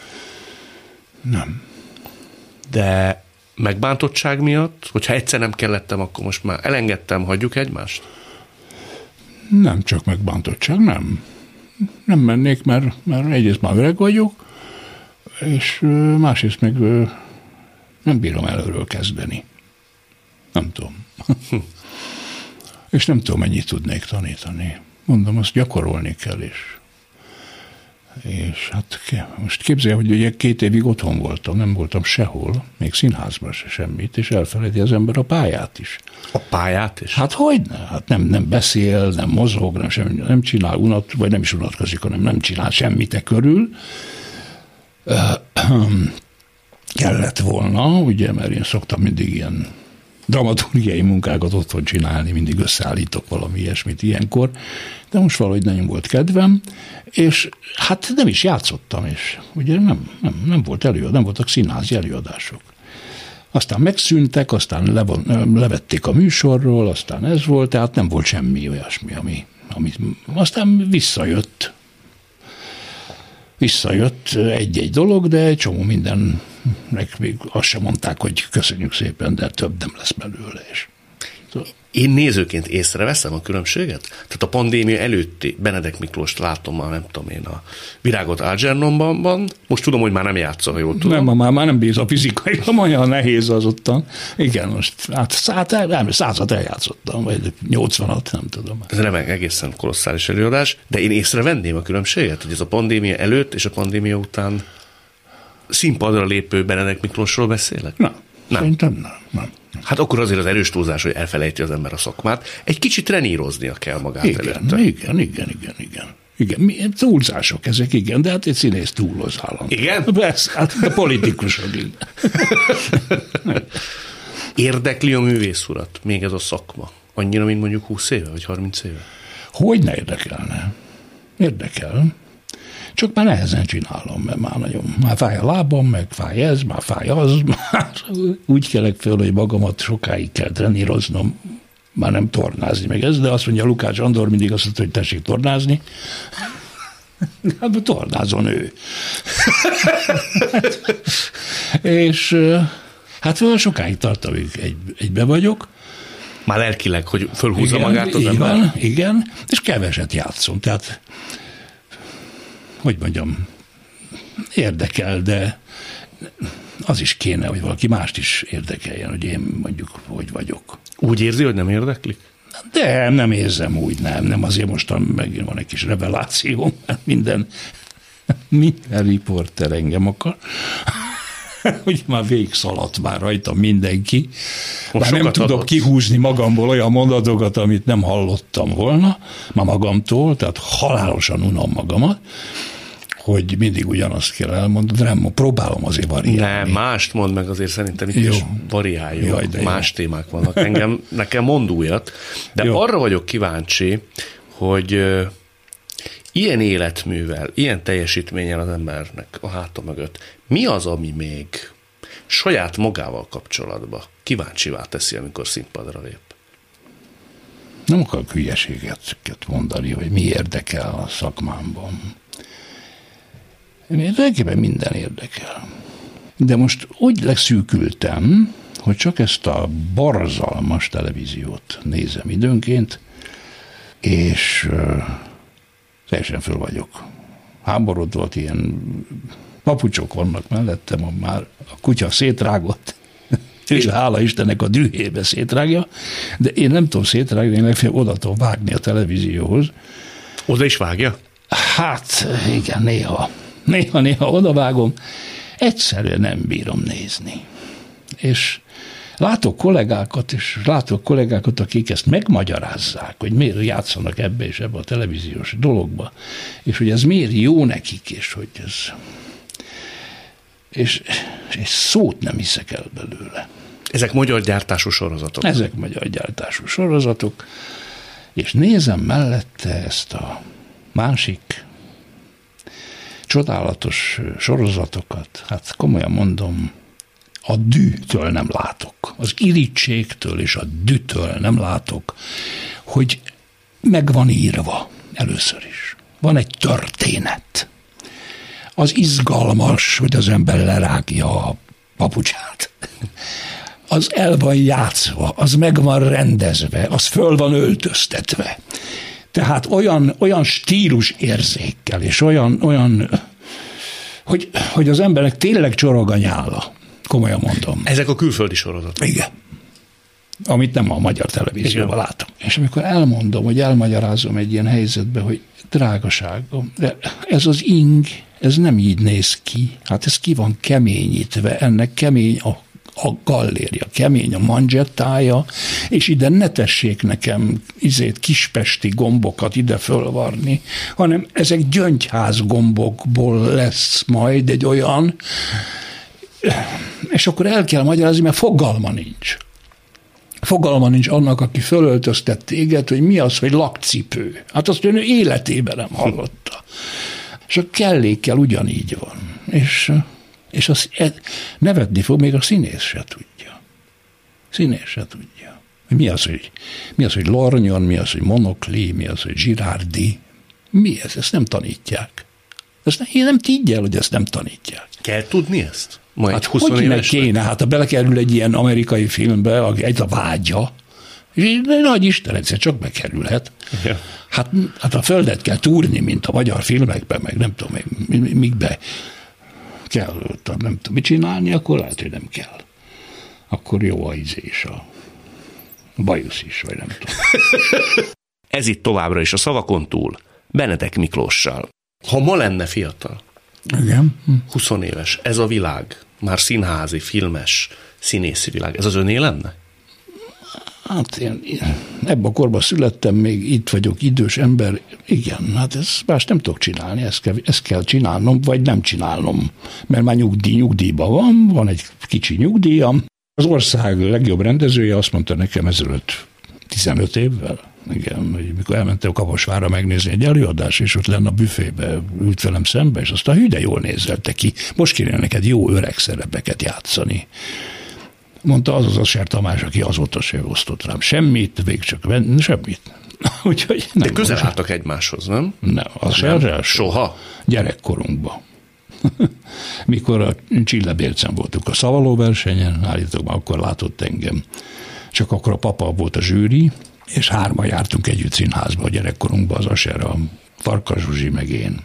nem. De megbántottság miatt, hogyha egyszer nem kellettem, akkor most már elengedtem, hagyjuk egymást? Nem csak megbántottság, nem. Nem mennék, mert, mert egyrészt már öreg vagyok, és másrészt meg nem bírom előről kezdeni. Nem tudom. És nem tudom, mennyit tudnék tanítani. Mondom, azt gyakorolni kell is. És hát most képzelj, hogy ugye két évig otthon voltam, nem voltam sehol, még színházban se semmit, és elfelejti az ember a pályát is. A pályát is? Hát hogyne? Hát nem, nem beszél, nem mozog, nem, semmi, nem csinál unat, vagy nem is unatkozik, hanem nem csinál semmit e körül. Kellett volna, ugye, mert én szoktam mindig ilyen dramaturgiai munkákat otthon csinálni, mindig összeállítok valami ilyesmit ilyenkor, de most valahogy nagyon volt kedvem, és hát nem is játszottam, és ugye nem, nem, nem volt előadás, nem voltak színházi előadások. Aztán megszűntek, aztán levon, levették a műsorról, aztán ez volt, tehát nem volt semmi olyasmi, ami, ami aztán visszajött. Visszajött egy-egy dolog, de egy csomó minden, meg még azt sem mondták, hogy köszönjük szépen, de több nem lesz belőle. És én nézőként észreveszem a különbséget? Tehát a pandémia előtti Benedek Miklóst látom már, nem tudom én, a Virágot Algernonban, most tudom, hogy már nem játszol, ha jól tudom. Nem, már, már nem bíz a fizikai, olyan nehéz az ottan. Igen, most hát százat eljátszottam, vagy nyolcvanat, nem tudom. Ez nem egészen kolosszális előadás, de én észrevenném a különbséget, hogy ez a pandémia előtt és a pandémia után színpadra lépő Benedek Miklósról beszélek? Nem, nem. Szerintem nem, nem. Hát akkor azért az erős túlzás, hogy elfelejti az ember a szakmát. Egy kicsit treníroznia kell magát igen, előtte. Igen, igen, igen, igen. Igen, milyen túlzások ezek, igen, de hát egy színész túloz állandóan. Igen? Persze, hát a politikusok, igen. Érdekli a művész urat még ez a szakma? Annyira, mint mondjuk húsz éve, vagy harminc éve? Hogy ne érdekelne? Érdekel. Csak már nehezen csinálom, mert már nagyon, már fáj a lábam, meg fáj ez, már fáj az, már úgy kelek föl, hogy magamat sokáig kell treníroznom, már nem tornázni meg ez, de azt mondja Lukács Andor mindig azt mondta, hogy tessék tornázni. Hát tornázon ő. És hát olyan sokáig tart, amíg egy, egybe vagyok. Már lelkileg, hogy fölhúzza igen, magát az ember? Van, igen, és keveset játszom. Tehát, hogy mondjam, érdekel, de az is kéne, hogy valaki mást is érdekeljen, hogy én mondjuk hogy vagyok. Úgy érzi, hogy nem érdeklik? De nem érzem úgy, nem. Nem azért mostan megint van egy kis reveláció, mert minden, minden riporter engem akar. Hogy már végig szaladt már rajta mindenki. Már nem tudok adott. kihúzni magamból olyan mondatokat, amit nem hallottam volna, már magamtól, tehát halálosan unom magamat, hogy mindig ugyanazt kell elmondani, nem, próbálom azért variálni. Nem, mást mond meg azért szerintem itt jó. is variáljuk, Jaj, más jó. témák vannak. Engem, nekem mond újat, de jó. arra vagyok kíváncsi, hogy uh, ilyen életművel, ilyen teljesítménnyel az embernek a háta mögött, mi az, ami még saját magával kapcsolatban kíváncsivá teszi, amikor színpadra lép? Nem akarok hülyeséget mondani, hogy mi érdekel a szakmámban. Tulajdonképpen minden érdekel. De most úgy leszűkültem, hogy csak ezt a borzalmas televíziót nézem időnként, és uh, teljesen föl vagyok. Háborodott, ilyen papucsok vannak mellettem, már a kutya szétrágott, és hála Istennek a dühébe szétrágja, de én nem tudom szétrágni, én legfeljebb oda tudom vágni a televízióhoz. Oda is vágja? Hát igen, néha. Néha-néha odavágom, egyszerűen nem bírom nézni. És látok kollégákat, és látok kollégákat, akik ezt megmagyarázzák, hogy miért játszanak ebbe és ebbe a televíziós dologba, és hogy ez miért jó nekik, és hogy ez... És, és szót nem hiszek el belőle. Ezek magyar gyártású sorozatok? Ezek magyar gyártású sorozatok, és nézem mellette ezt a másik csodálatos sorozatokat, hát komolyan mondom, a dűtől nem látok, az irítségtől és a dűtől nem látok, hogy meg van írva először is. Van egy történet. Az izgalmas, hogy az ember lerágja a papucsát. Az el van játszva, az meg van rendezve, az föl van öltöztetve. Tehát olyan, olyan stílus érzékkel, és olyan, olyan hogy, hogy az embernek tényleg csorog a nyála. Komolyan mondom. Ezek a külföldi sorozatok. Igen. Amit nem a magyar televízióban látom. És amikor elmondom, hogy elmagyarázom egy ilyen helyzetbe, hogy drágaságom, de ez az ing, ez nem így néz ki. Hát ez ki van keményítve, ennek kemény a a gallérja, kemény a manzsettája, és ide ne tessék nekem izét, kispesti gombokat ide fölvarni, hanem ezek gyöngyház gombokból lesz majd egy olyan, és akkor el kell magyarázni, mert fogalma nincs. Fogalma nincs annak, aki fölöltöztett téged, hogy mi az, hogy lakcipő. Hát azt ő életében nem hallotta. És a kellékkel ugyanígy van. És És az nevetni fog, még a színész se tudja. Színész se tudja. Mi az, hogy, mi az, hogy Lornyon, mi az, hogy Monokli, mi az, hogy Girardi. Mi ez? Ezt nem tanítják. Ezt nem, én nem tudja, hogy ezt nem tanítják. Kell tudni ezt? Majd hát hogy meg kéne? Hát ha belekerül egy ilyen amerikai filmbe, egy a vágya, és nagy Isten, egyszer csak bekerülhet. Ja. Hát, hát a földet kell túrni, mint a magyar filmekben, meg nem tudom, mikbe kell, nem tudom mit csinálni, akkor lehet, hogy nem kell. Akkor jó a ízés, a bajusz is, vagy nem tudom. Ez itt továbbra is a szavakon túl, Benedek Miklóssal. Ha ma lenne fiatal, igen. húsz éves, ez a világ, már színházi, filmes, színészi világ, ez az öné lenne? Hát én ebben a korban születtem, még itt vagyok, idős ember, igen, hát ezt más nem tudok csinálni, ezt kell, ezt kell csinálnom, vagy nem csinálnom, mert már nyugdíj, nyugdíjban van, van egy kicsi nyugdíjam. Az ország legjobb rendezője azt mondta nekem ezelőtt tizenöt évvel, igen, hogy mikor elmentem Kaposvárra megnézni egy előadás, és ott lenne a büfébe, ült velem szembe, és aztán hű, de jól nézel te ki, most kéne neked jó öreg szerepeket játszani. Mondta az az Asser Tamás, aki azóta se osztott rám semmit, végig csak venni, semmit. Úgyhogy nem. De közel álltak egymáshoz, nem? Nem, az sem. Soha? Gyerekkorunkban. Mikor a Csillebércen voltunk a szavalóversenyen, állítólag már akkor látott engem. Csak akkor a papa volt a zsűri, és hárman jártunk együtt színházba a gyerekkorunkban, az Aser, a Farkas Zsuzsi, meg én.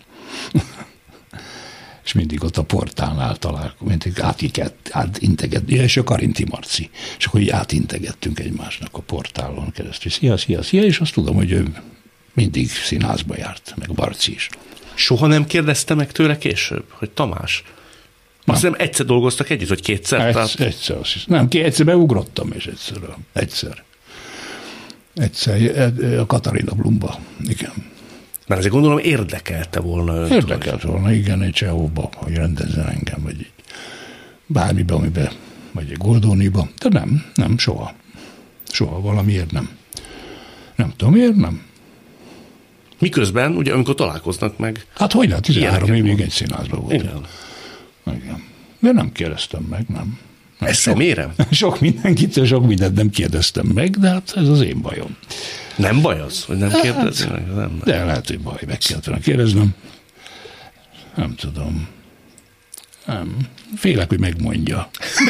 És mindig ott a portálnál találkozunk, mindig átintegettünk, és a Karinti Marci, és akkor így átintegettünk egymásnak a portálon keresztül. Szia, szia, szia, és azt tudom, hogy ő mindig színházba járt, meg a Marci is. Soha nem kérdezte meg tőle később, hogy Tamás, azt hiszem egyszer dolgoztak együtt, vagy kétszer? Egy, tehát... Egyszer, azt hiszem. Nem, egyszer beugrottam, és egyszer. Egyszer. Egyszer a Katarina Blumba, igen. Mert azért gondolom érdekelte volna önt. Érdekelte volna, igen, egy Csehóba, hogy rendezzen engem, vagy egy bármibe, amiben, vagy egy Goldóniba. De nem, nem, soha. Soha valamiért nem. Nem tudom, miért nem. Miközben, ugye, amikor találkoznak meg... Hát hogy lehet, tizenhárom évig egy színházban volt. Igen. Igen. De nem kérdeztem meg, nem. nem Ezt szemérem? Sok mindenkitől, sok mindent nem kérdeztem meg, de hát ez az én bajom. Nem baj az, hogy nem kérdezni meg? Nem, de lehet, hogy baj, meg kellett volna kérdeznem. Nem tudom. Nem. Félek, hogy megmondja.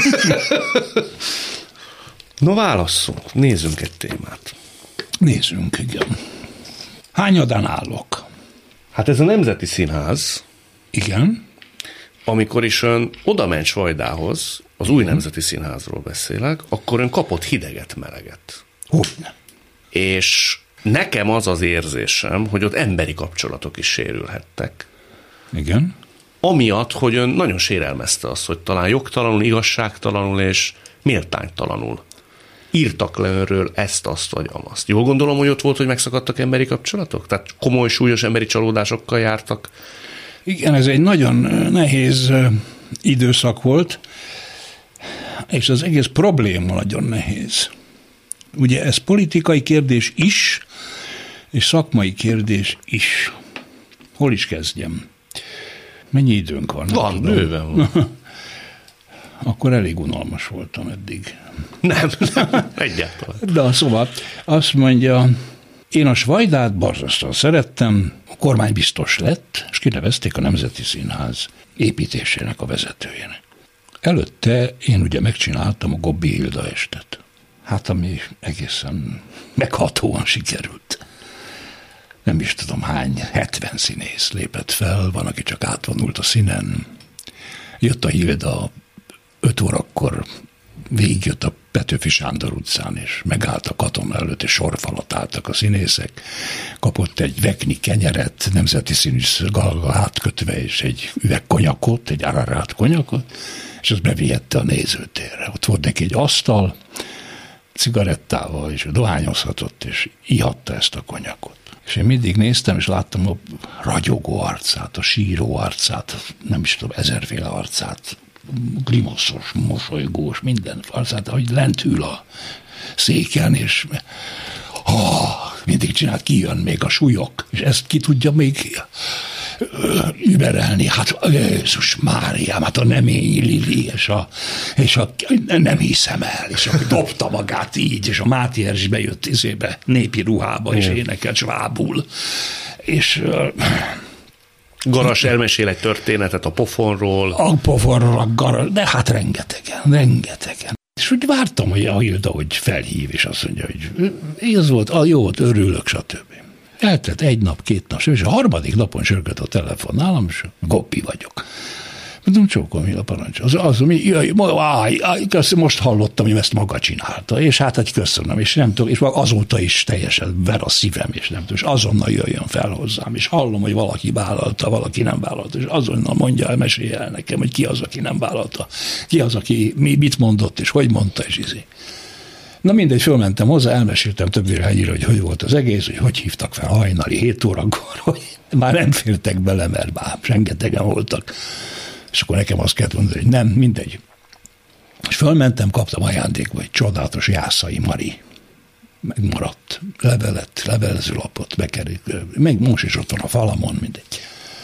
No, válasszunk. Nézzünk egy témát. Nézzünk, igen. Hányadán állok? Hát ez a Nemzeti Színház. Igen. Amikor is ön oda ment Svajdához, az új Nemzeti Színházról beszélek, akkor ön kapott hideget, meleget. Hogyne. És nekem az az érzésem, hogy ott emberi kapcsolatok is sérülhettek. Igen. Amiatt, hogy ön nagyon sérelmezte azt, hogy talán jogtalanul, igazságtalanul és méltánytalanul írtak le önről ezt, azt vagy amazt. Jól gondolom, hogy ott volt, hogy megszakadtak emberi kapcsolatok? Tehát komoly, súlyos emberi csalódásokkal jártak? Igen, ez egy nagyon nehéz időszak volt, és az egész probléma nagyon nehéz. Ugye ez politikai kérdés is, és szakmai kérdés is. Hol is kezdjem? Mennyi időnk van? Van, bőven van. Akkor elég unalmas voltam eddig. Nem, nem, egyáltalán. De szóval azt mondja, én a Svajdát borzasztóan szerettem, a kormány biztos lett, és kinevezték a Nemzeti Színház építésének a vezetőjének. Előtte én ugye megcsináltam a Gobbi Hilda estet. Hát ami egészen meghatóan sikerült. Nem is tudom hány, hetven színész lépett fel, van, aki csak átvonult a színen. Jött a Hilda, öt órakor végigjött a Petőfi Sándor utcán, és megállt a Katona előtt, és sorfalat álltak a színészek. Kapott egy vekni kenyeret, nemzeti színű galga átkötve, és egy üveg konyakot, egy Ararát konyakot, és azt bevihette a nézőtérre. Ott volt neki egy asztal, cigarettával, és dohányozhatott, és ihatta ezt a konyakot. És én mindig néztem, és láttam a ragyogó arcát, a síró arcát, nem is tudom, ezerféle arcát, glimaszos, mosolygós, minden arcát, ahogy lent ül a széken, és ha, mindig csinált, kijön még a súlyok, és ezt ki tudja még überelni, hát Jézus Máriám, hát a Neményi Lili, és a, és a nem hiszem el, és akkor dobta magát így, és a Máté Erzsi bejött izébe, népi ruhába, és énekelt svábul, és Garas elmesél egy történetet a pofonról. A pofonról, a Garas, de hát rengetegen, rengetegen. És úgy vártam, hogy a Hilda, hogy felhív, és azt mondja, hogy ez volt, a jó, örülök, stb. Eltelt egy nap, két nap, és a harmadik napon sörgött a telefon nálam, és Goppi vagyok. Mondom, csókolom, mi a parancs. Az, az, mi, jaj, áj, áj, most hallottam, hogy ezt maga csinálta, és hát, hogy köszönöm, és nem tudom, és azóta is teljesen ver a szívem, és nem tudom, és azonnal jöjjön fel hozzám, és hallom, hogy valaki vállalta, valaki nem vállalta, és azonnal mondja el, mesélje el nekem, hogy ki az, aki nem vállalta, ki az, aki mit mondott, és hogy mondta, és izé. Na mindegy, fölmentem hozzá, elmeséltem többére helyére, hogy hogy volt az egész, hogy hogy hívtak fel hajnali hét órakor, hogy már nem fértek bele, mert már rengetegen voltak. És akkor nekem azt kellett mondani, hogy nem, mindegy. És fölmentem, kaptam ajándékba egy csodálatos Jászai Mari. Megmaradt levelet, levelezőlapot, bekerült, meg most is ott van a falamon, mindegy.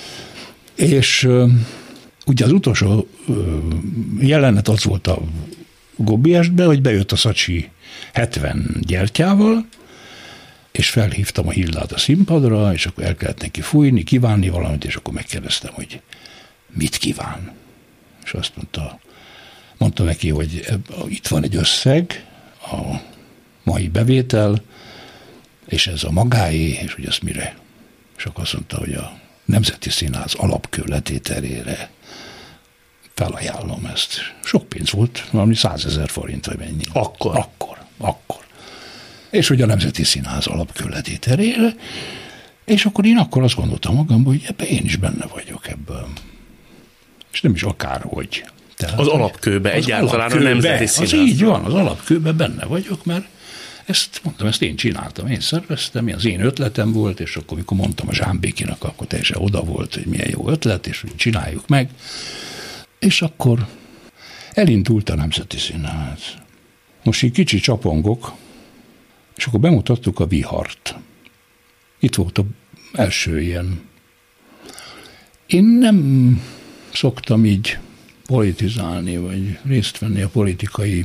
És uh, ugye az utolsó uh, jelenet az volt a Gobbi estben, hogy bejött a Szacsi hetven gyertyával, és felhívtam a Hildát a színpadra, és akkor el kellett neki fújni, kívánni valamit, és akkor megkérdeztem, hogy mit kíván. És azt mondta, mondta neki, hogy itt van egy összeg, a mai bevétel, és ez a magáé, és hogy azt mire. És akkor azt mondta, hogy a Nemzeti Színház alapkő letételére felajánlom ezt. Sok pénz volt, valami százezer forint, vagy mennyi. Akkor? Akkor, akkor. És hogy a Nemzeti Színház alapkő letételére, és akkor én akkor azt gondoltam magamban, hogy ebben én is benne vagyok ebben. És nem is akárhogy. Tehát, az alapkőbe, az egyáltalán alapkőbe, a Nemzeti Színház. Az így van, az alapkőbe benne vagyok, mert ezt mondtam, ezt én csináltam, én szerveztem, az én ötletem volt, és akkor, amikor mondtam a Zsámbékinak, akkor teljesen oda volt, hogy milyen jó ötlet, és hogy csináljuk meg. És akkor elindult a Nemzeti Színház. Most így kicsi csapongok, és akkor bemutattuk a Vihart. Itt volt az első ilyen. Én nem szoktam így politizálni, vagy részt venni a politikai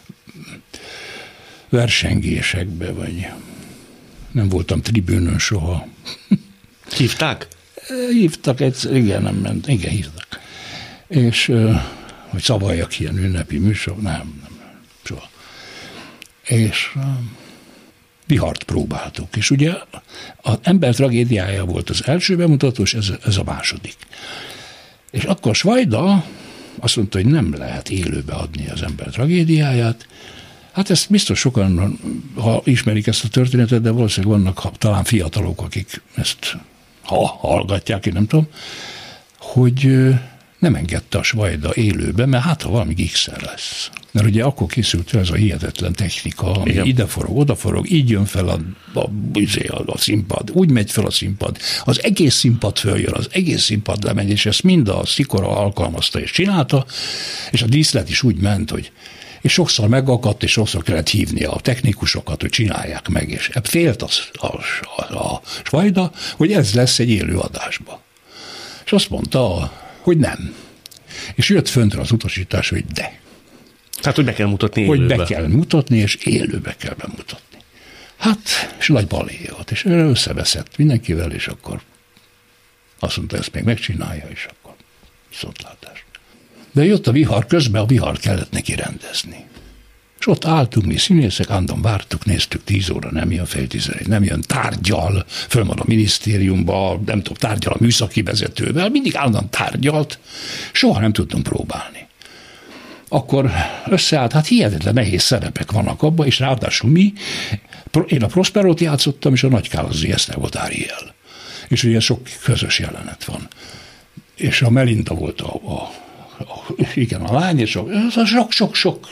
versengésekbe, vagy nem voltam tribűnön soha. Hívták? Hívtak egyszer, igen, nem ment, igen, hívtak. És, hogy szavaljak ilyen ünnepi műsor, nem, nem, soha. És Vihart próbáltuk, és ugye az ember tragédiája volt az első bemutató, és ez, ez a második. És akkor Svajda azt mondta, hogy nem lehet élőbe adni az ember tragédiáját. Hát ezt biztos sokan, ha ismerik ezt a történetet, de valószínűleg vannak ha, talán fiatalok, akik ezt ha hallgatják, én nem tudom, hogy nem engedte a Svajda élőbe, mert hát ha valami gigszer lesz. Mert ugye akkor készült ez a hihetetlen technika, ami igen, ide forog, oda forog, így jön fel a, a, a, a színpad, úgy megy fel a színpad, az egész színpad följön, az egész színpad lemegy, és ezt mind a Szikora alkalmazta és csinálta, és a díszlet is úgy ment, hogy és sokszor megakadt, és sokszor kellett hívni a technikusokat, hogy csinálják meg, és félt a, a, a, a Svajda, hogy ez lesz egy élő adásba. És azt mondta, hogy nem. És jött föntre az utasítás, hogy de. Tehát, hogy be kell mutatni élőbe. Hogy be kell mutatni, és élőbe kell bemutatni. Hát, és nagy balé volt, és összeveszett mindenkivel, és akkor azt mondta, ezt még megcsinálja, és akkor viszontlátás. De jött a vihar, közben a vihar kellett neki rendezni. És ott álltunk mi színészek, állandóan vártuk, néztük, tíz óra nem jön, fél tizenegy nem jön, tárgyal, fölmad a minisztériumba, nem tudom, tárgyal a műszaki vezetővel, mindig állandóan tárgyalt, soha nem tudtunk próbálni. Akkor összeállt, hát hihetetlen nehéz szerepek vannak abban, és ráadásul mi, én a Prosperót játszottam, és a Nagykálozi Eszter volt Áriel. És ugye sok közös jelenet van. És a Melinda volt a, a igen, a lány, és sok-sok-sok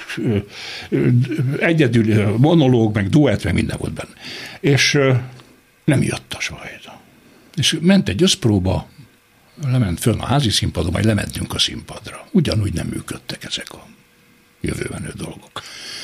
egyedül monológ, meg duett, meg minden volt benne. És nem jött a Svajda. És ment egy összpróba, lement föl a házi színpadon, majd lementünk a színpadra. Ugyanúgy nem működtek ezek a jövőbenő dolgok.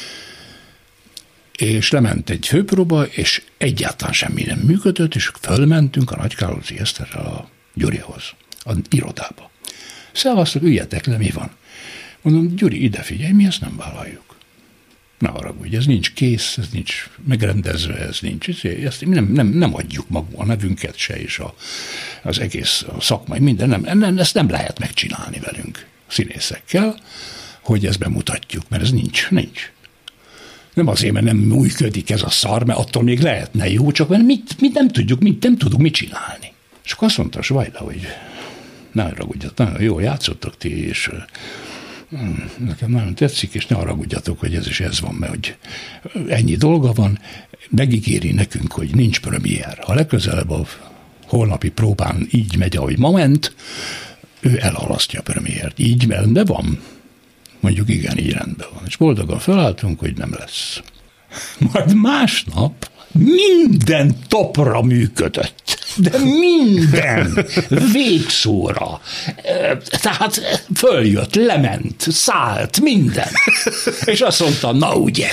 És lement egy főpróba, és egyáltalán semmi nem működött, és fölmentünk a Nagykálozi Eszterrel a Gyurihoz, az irodába. Szevasztok, üljetek le, mi van? Mondom, Gyuri, ide figyelj, mi ezt nem vállaljuk. Ne haragudj, ez nincs kész, ez nincs megrendezve, ez nincs, ezt nem, nem, nem adjuk magunk a nevünket se, és a, az egész a szakmai minden, nem, nem, ezt nem lehet megcsinálni velünk színészekkel, hogy ezt bemutatjuk, mert ez nincs, nincs. Nem azért, mert nem működik ez a szar, mert attól még lehetne jó, csak mert mit, mit nem tudjuk, mit nem tudunk mit csinálni. És akkor azt mondta a Svajda, hogy ne haragudjatok, nagyon jól játszottak ti, és nekem nagyon tetszik, és ne haragudjatok, hogy ez is ez van, mert hogy ennyi dolga van, megígéri nekünk, hogy nincs premier. Ha legközelebb a holnapi próbán így megy, ahogy ma ment, ő elhalasztja a premiért. Így rendben van? Mondjuk igen, így rendben van. És boldogan felálltunk, hogy nem lesz. Majd másnap minden topra működött. De minden végszóra. Tehát följött, lement, szállt, minden. És azt mondta, na ugye.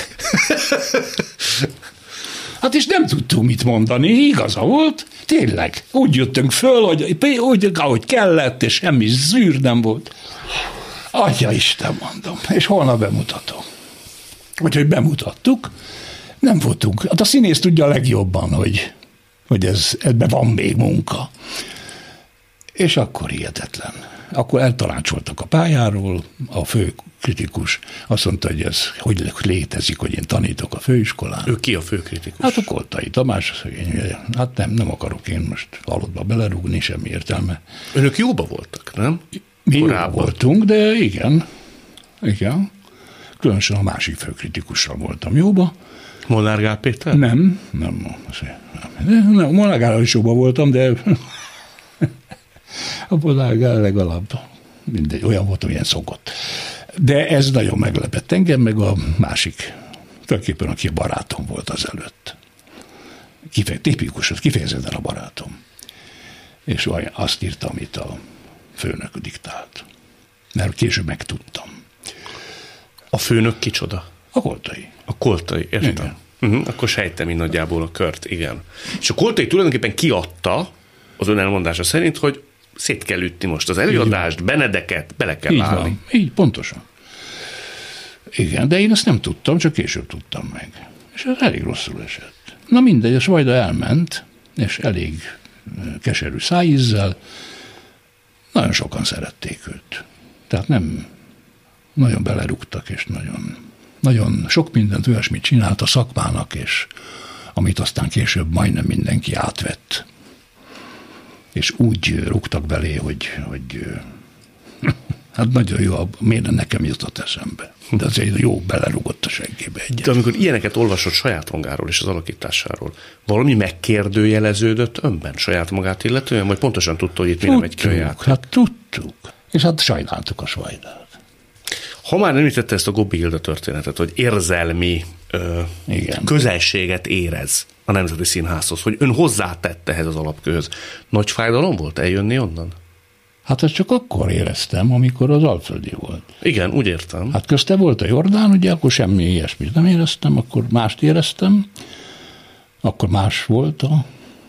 Hát és nem tudtunk mit mondani, igaza volt, tényleg. Úgy jöttünk föl, hogy úgy, ahogy kellett, és semmi zűr nem volt. Atya Isten, mondom, és holnap bemutatom. Úgyhogy bemutattuk, Nem voltunk. Hát a színész tudja a legjobban, hogy, hogy ez, ebben van még munka. És akkor hihetetlen. Akkor eltanácsoltak a pályáról, a fő kritikus azt mondta, hogy ez hogy létezik, hogy én tanítok a főiskolán. Ő ki a fő kritikus? Hát a Koltai Tamás, hát nem, nem akarok én most halottba belerúgni, semmi értelme. Önök jóba voltak, nem? Mi jó voltunk, de igen, igen. Különösen a másik főkritikussal voltam jóba. Molnár Gál Péter? Nem, nem. nem, nem Molnár Gállal is jóba voltam, de a Molnár Gál legalább mindegy, olyan volt, amilyen szokott. De ez nagyon meglepett engem, meg a másik, tulajdonképpen aki a barátom volt az előtt. Kife, tipikus, kifejezetten a barátom. És azt írta, amit a főnök diktált. Mert később megtudtam. A főnök kicsoda? A Koltai. A Koltai, értem. Uh-huh, akkor sejtem én nagyjából a kört, igen. És a Koltai tulajdonképpen kiadta, az ön elmondása szerint, hogy szét kell ütni most az előadást, Benedeket, bele kell így állni. Van, így, pontosan. Igen, de én ezt nem tudtam, csak később tudtam meg. És ez elég rosszul esett. Na mindegy, a Svajda elment, és elég keserű szájízzel, nagyon sokan szerették őt. Tehát nem nagyon belerúgtak, és nagyon, nagyon sok mindent olyasmit csinált a szakmának, és amit aztán később majdnem mindenki átvett. És úgy rúgtak belé, hogy, hogy hát nagyon jó, miért nekem jutott eszembe. De azért jó belerúgott a seggébe egyet. De amikor ilyeneket olvasott saját magáról és az alakításáról, valami megkérdőjeleződött önben saját magát illetően, vagy pontosan tudta, hogy itt mi nem egy kölyát? Hát tudtuk. És hát sajnáltuk a Svajdát. Ha már említette ezt a Gobbi Hilda történetet, hogy érzelmi ö, közelséget érez a Nemzeti Színházhoz, hogy ön hozzátette ehhez az alapkőhöz. Nagy fájdalom volt eljönni onnan? Hát ezt csak akkor éreztem, amikor az Alföldi volt. Igen, úgy értem. Hát közte volt a Jordán, ugye, akkor semmi ilyesmit nem éreztem, akkor mást éreztem, akkor más volt a,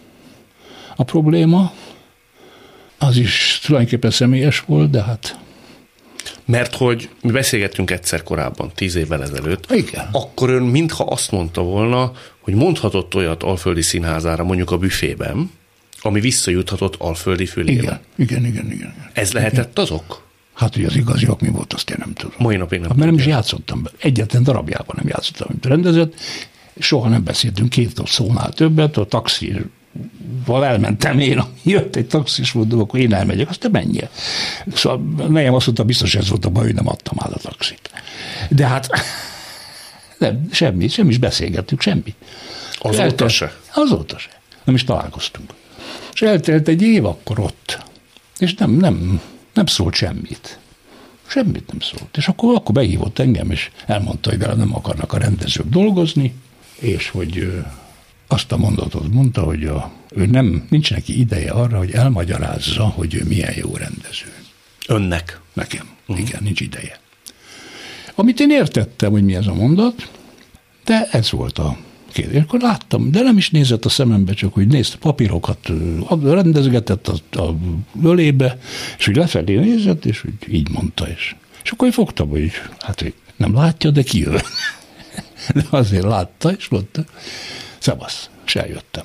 a probléma. Az is tulajdonképpen személyes volt, de hát... Mert hogy mi beszélgettünk egyszer korábban, tíz évvel ezelőtt, igen. Akkor ön mintha azt mondta volna, hogy mondhatott olyat Alföldi Színházára mondjuk a büfében, ami visszajuthatott Alföldi fülébe. Igen, igen, igen, igen. Ez lehetett azok? Hát, hogy az igazi ok mi volt, azt én nem tudom. Mai napig nem hát, mert nem is játszottam, egyetlen darabjában nem játszottam, amit rendezett, soha nem beszéltünk két szónál többet, a taxival elmentem én, jött egy taxis, mondom, akkor én elmegyek, azt te menjél. Szóval nekem azt mondta, biztos ez volt a baj, hogy nem adtam át a taxit. De hát nem, semmi, semmi is beszélgettük, semmi. Azóta eltelt, se? Azóta se. Nem is találkoztunk. És eltelt egy év akkor ott, és nem, nem, nem szólt semmit. Semmit nem szólt. És akkor, akkor behívott engem, és elmondta, hogy vele nem akarnak a rendezők dolgozni, és hogy azt a mondatot mondta, hogy a, ő nem, nincs neki ideje arra, hogy elmagyarázza, hogy ő milyen jó rendező. Önnek? Nekem. Uh-huh. Igen, nincs ideje. Amit én értettem, hogy mi ez a mondat, de ez volt a kérdés. Akkor láttam, de nem is nézett a szemembe, csak hogy nézte papírokat, rendezgetett a, a ölébe, és hogy lefelé nézett, és hogy így mondta is. És akkor én fogtam, hogy hát hogy nem látja, de kijön. De azért látta, és mondta, szevasz, és eljöttem.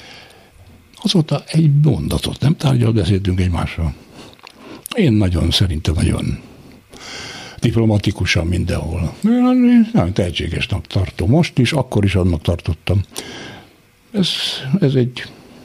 Azóta egy mondatot nem tárgyal, beszéltünk egymással. Én nagyon, szerintem nagyon diplomatikusan mindenhol. Én nagyon tehetségesnek tartom most is, akkor is annak tartottam. Ez, ez egy,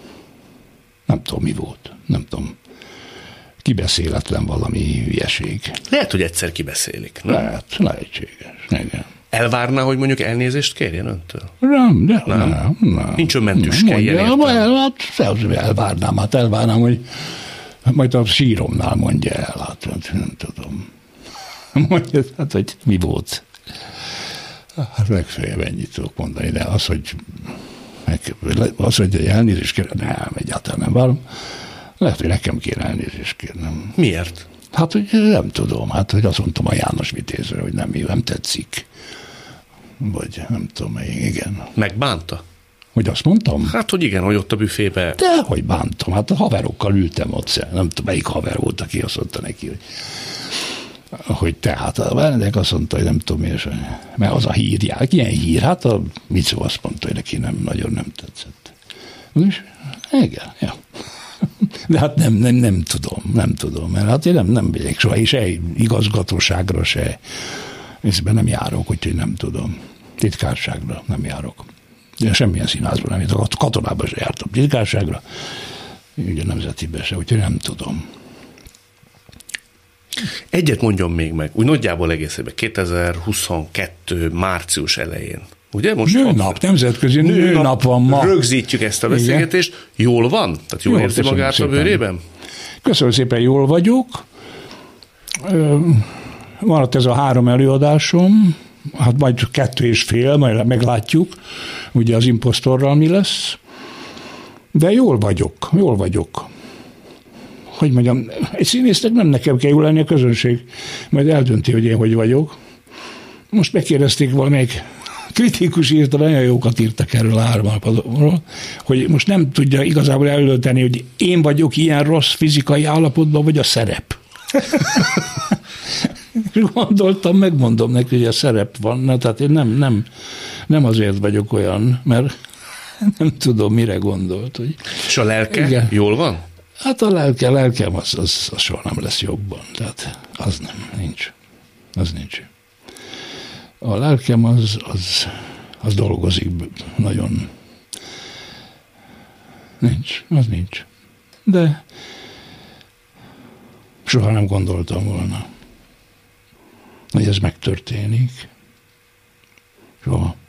nem tudom mi volt, nem tudom, kibeszéletlen valami hülyeség. Lehet, hogy egyszer kibeszélik, nem? Lehet, lehetséges, igen. Elvárná, hogy mondjuk elnézést kérjen öntől? Nem, de nem. nem. nem Nincs önmentőskeljen értem. Hát elvárnám, hát elvárnám, hogy majd a síromnál mondja el, hát nem tudom. Mondja, hát, hogy mi volt. Hát legfeljebb ennyit tudok mondani, de az, hogy az, hogy elnézést kérem, nem, egyáltalán nem várom. Lehet, hogy nekem kéne elnézést kérnem. Miért? Hát, hogy nem tudom, hát, hogy azt mondtam a János Vitézre, hogy nem, nem tetszik. Vagy nem tudom, igen. Megbánta? Hogy azt mondtam? Hát, hogy igen, hogy ott a büfébe. De, hogy bántam. Hát a haverokkal ültem ott, nem tudom, melyik haver volt, aki azt mondta neki, hogy hogy tehát a Benedek azt mondta, hogy nem tudom miért, mert az a hírják. Ilyen hír? Hát a Micó azt mondta, hogy neki nem, nagyon nem tetszett. És igen, ja. De hát nem, nem, nem tudom, nem tudom, mert hát én nem, nem megyek soha, és se igazgatóságra, se észben nem járok, úgyhogy nem tudom. Titkárságra nem járok. Én semmilyen színházban nem járok, a katonában se jártam titkárságra, ugye nemzetibe se, úgyhogy nem tudom. Egyet mondjon még meg, úgy nagyjából egészében kétezer-huszonkettő március elején. Ugye? Most nőnap, nemzetközi nőnap, nőnap van ma. Rögzítjük ezt a beszélgetést. Igen. Jól van? Tehát jól, jól érzi magát a bőrében? Köszönöm szépen, jól vagyok. Van ott ez a három előadásom, hát majd kettő és fél, majd meglátjuk, ugye az imposztorral mi lesz. De jól vagyok, jól vagyok. Hogy mondjam, egy színésznek nem nekem kell jól lenni, a közönség majd eldönti, hogy én hogy vagyok. Most megkérdezték valamelyik kritikus írta, nagyon jókat írtak erről a hármalpadról, hogy most nem tudja igazából eldönteni, hogy én vagyok ilyen rossz fizikai állapotban, vagy a szerep. Gondoltam, megmondom neki, hogy a szerep van, na, tehát én nem, nem, nem azért vagyok olyan, mert nem tudom, mire gondolt. Hogy... És a lelke igen. Jól van? Hát a lelke, lelkem az, az, az soha nem lesz jobban, tehát az nem, nincs. Az nincs. A lelkem az, az, az dolgozik nagyon. Nincs, az nincs. De soha nem gondoltam volna, hogy ez megtörténik. Soha.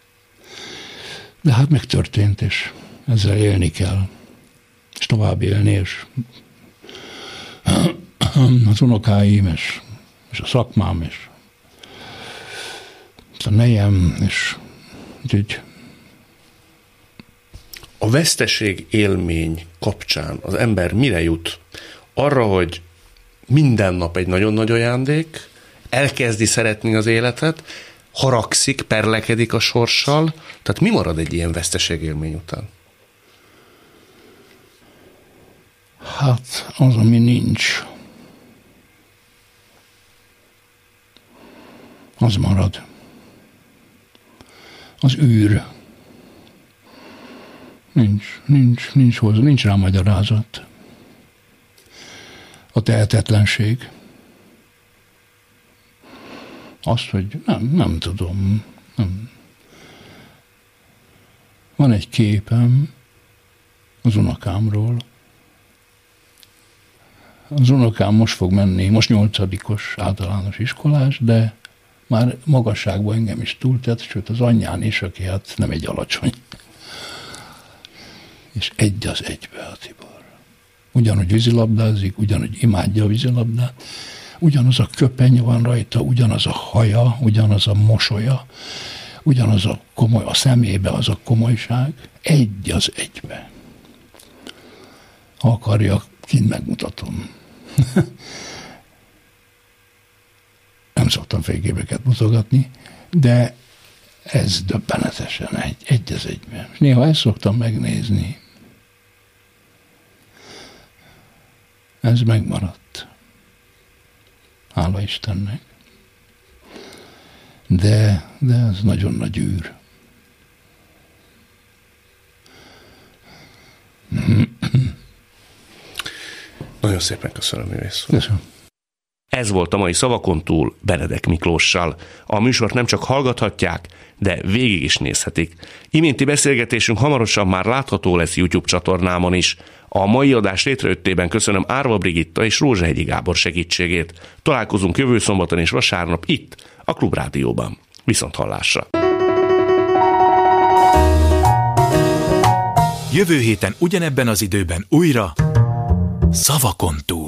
De hát megtörtént, és ezzel élni kell. És tovább élni, és az unokáim, és, és a szakmám, és a nejem, és úgy. A veszteség élmény kapcsán az ember mire jut? Arra, hogy minden nap egy nagyon nagy ajándék, elkezdi szeretni az életet, haragszik, perlekedik a sorssal, tehát mi marad egy ilyen veszteség élmény után? Hát az, ami nincs, az marad. Az űr. Nincs, nincs, nincs hozzá, nincs rá magyarázat. A tehetetlenség. Azt, hogy nem, nem tudom. Nem. Van egy képem az unokámról. Az unokám most fog menni, most nyolcadikos általános iskolás, de már magasságban engem is túltett, sőt az anyján is, aki hát nem egy alacsony. És egy az egybe a Tibor. Ugyanúgy vízilabdázik, ugyanúgy imádja a vízilabdát, ugyanaz a köpeny van rajta, ugyanaz a haja, ugyanaz a mosolya, ugyanaz a komoly, a szemébe az a komolyság, egy az egybe. Ha akarja, kint megmutatom. Nem szoktam fényképeket mutogatni, de ez döbbenetesen egy, egy az egyben. Néha ezt szoktam megnézni. Ez megmaradt. Hála Istennek. De, de ez nagyon nagy űr. Nagyon szépen köszönöm, művész. Köszönöm. Ez volt a mai Szavakon túl Benedek Miklóssal. A műsort nem csak hallgathatják, de végig is nézhetik. Iménti beszélgetésünk hamarosan már látható lesz YouTube csatornámon is. A mai adás létrejöttében köszönöm Árva Brigitta és Rózsahegyi Gábor segítségét. Találkozunk jövő szombaton és vasárnap itt, a Klubrádióban. Viszont hallásra! Jövő héten ugyanebben az időben újra Szavakon túl.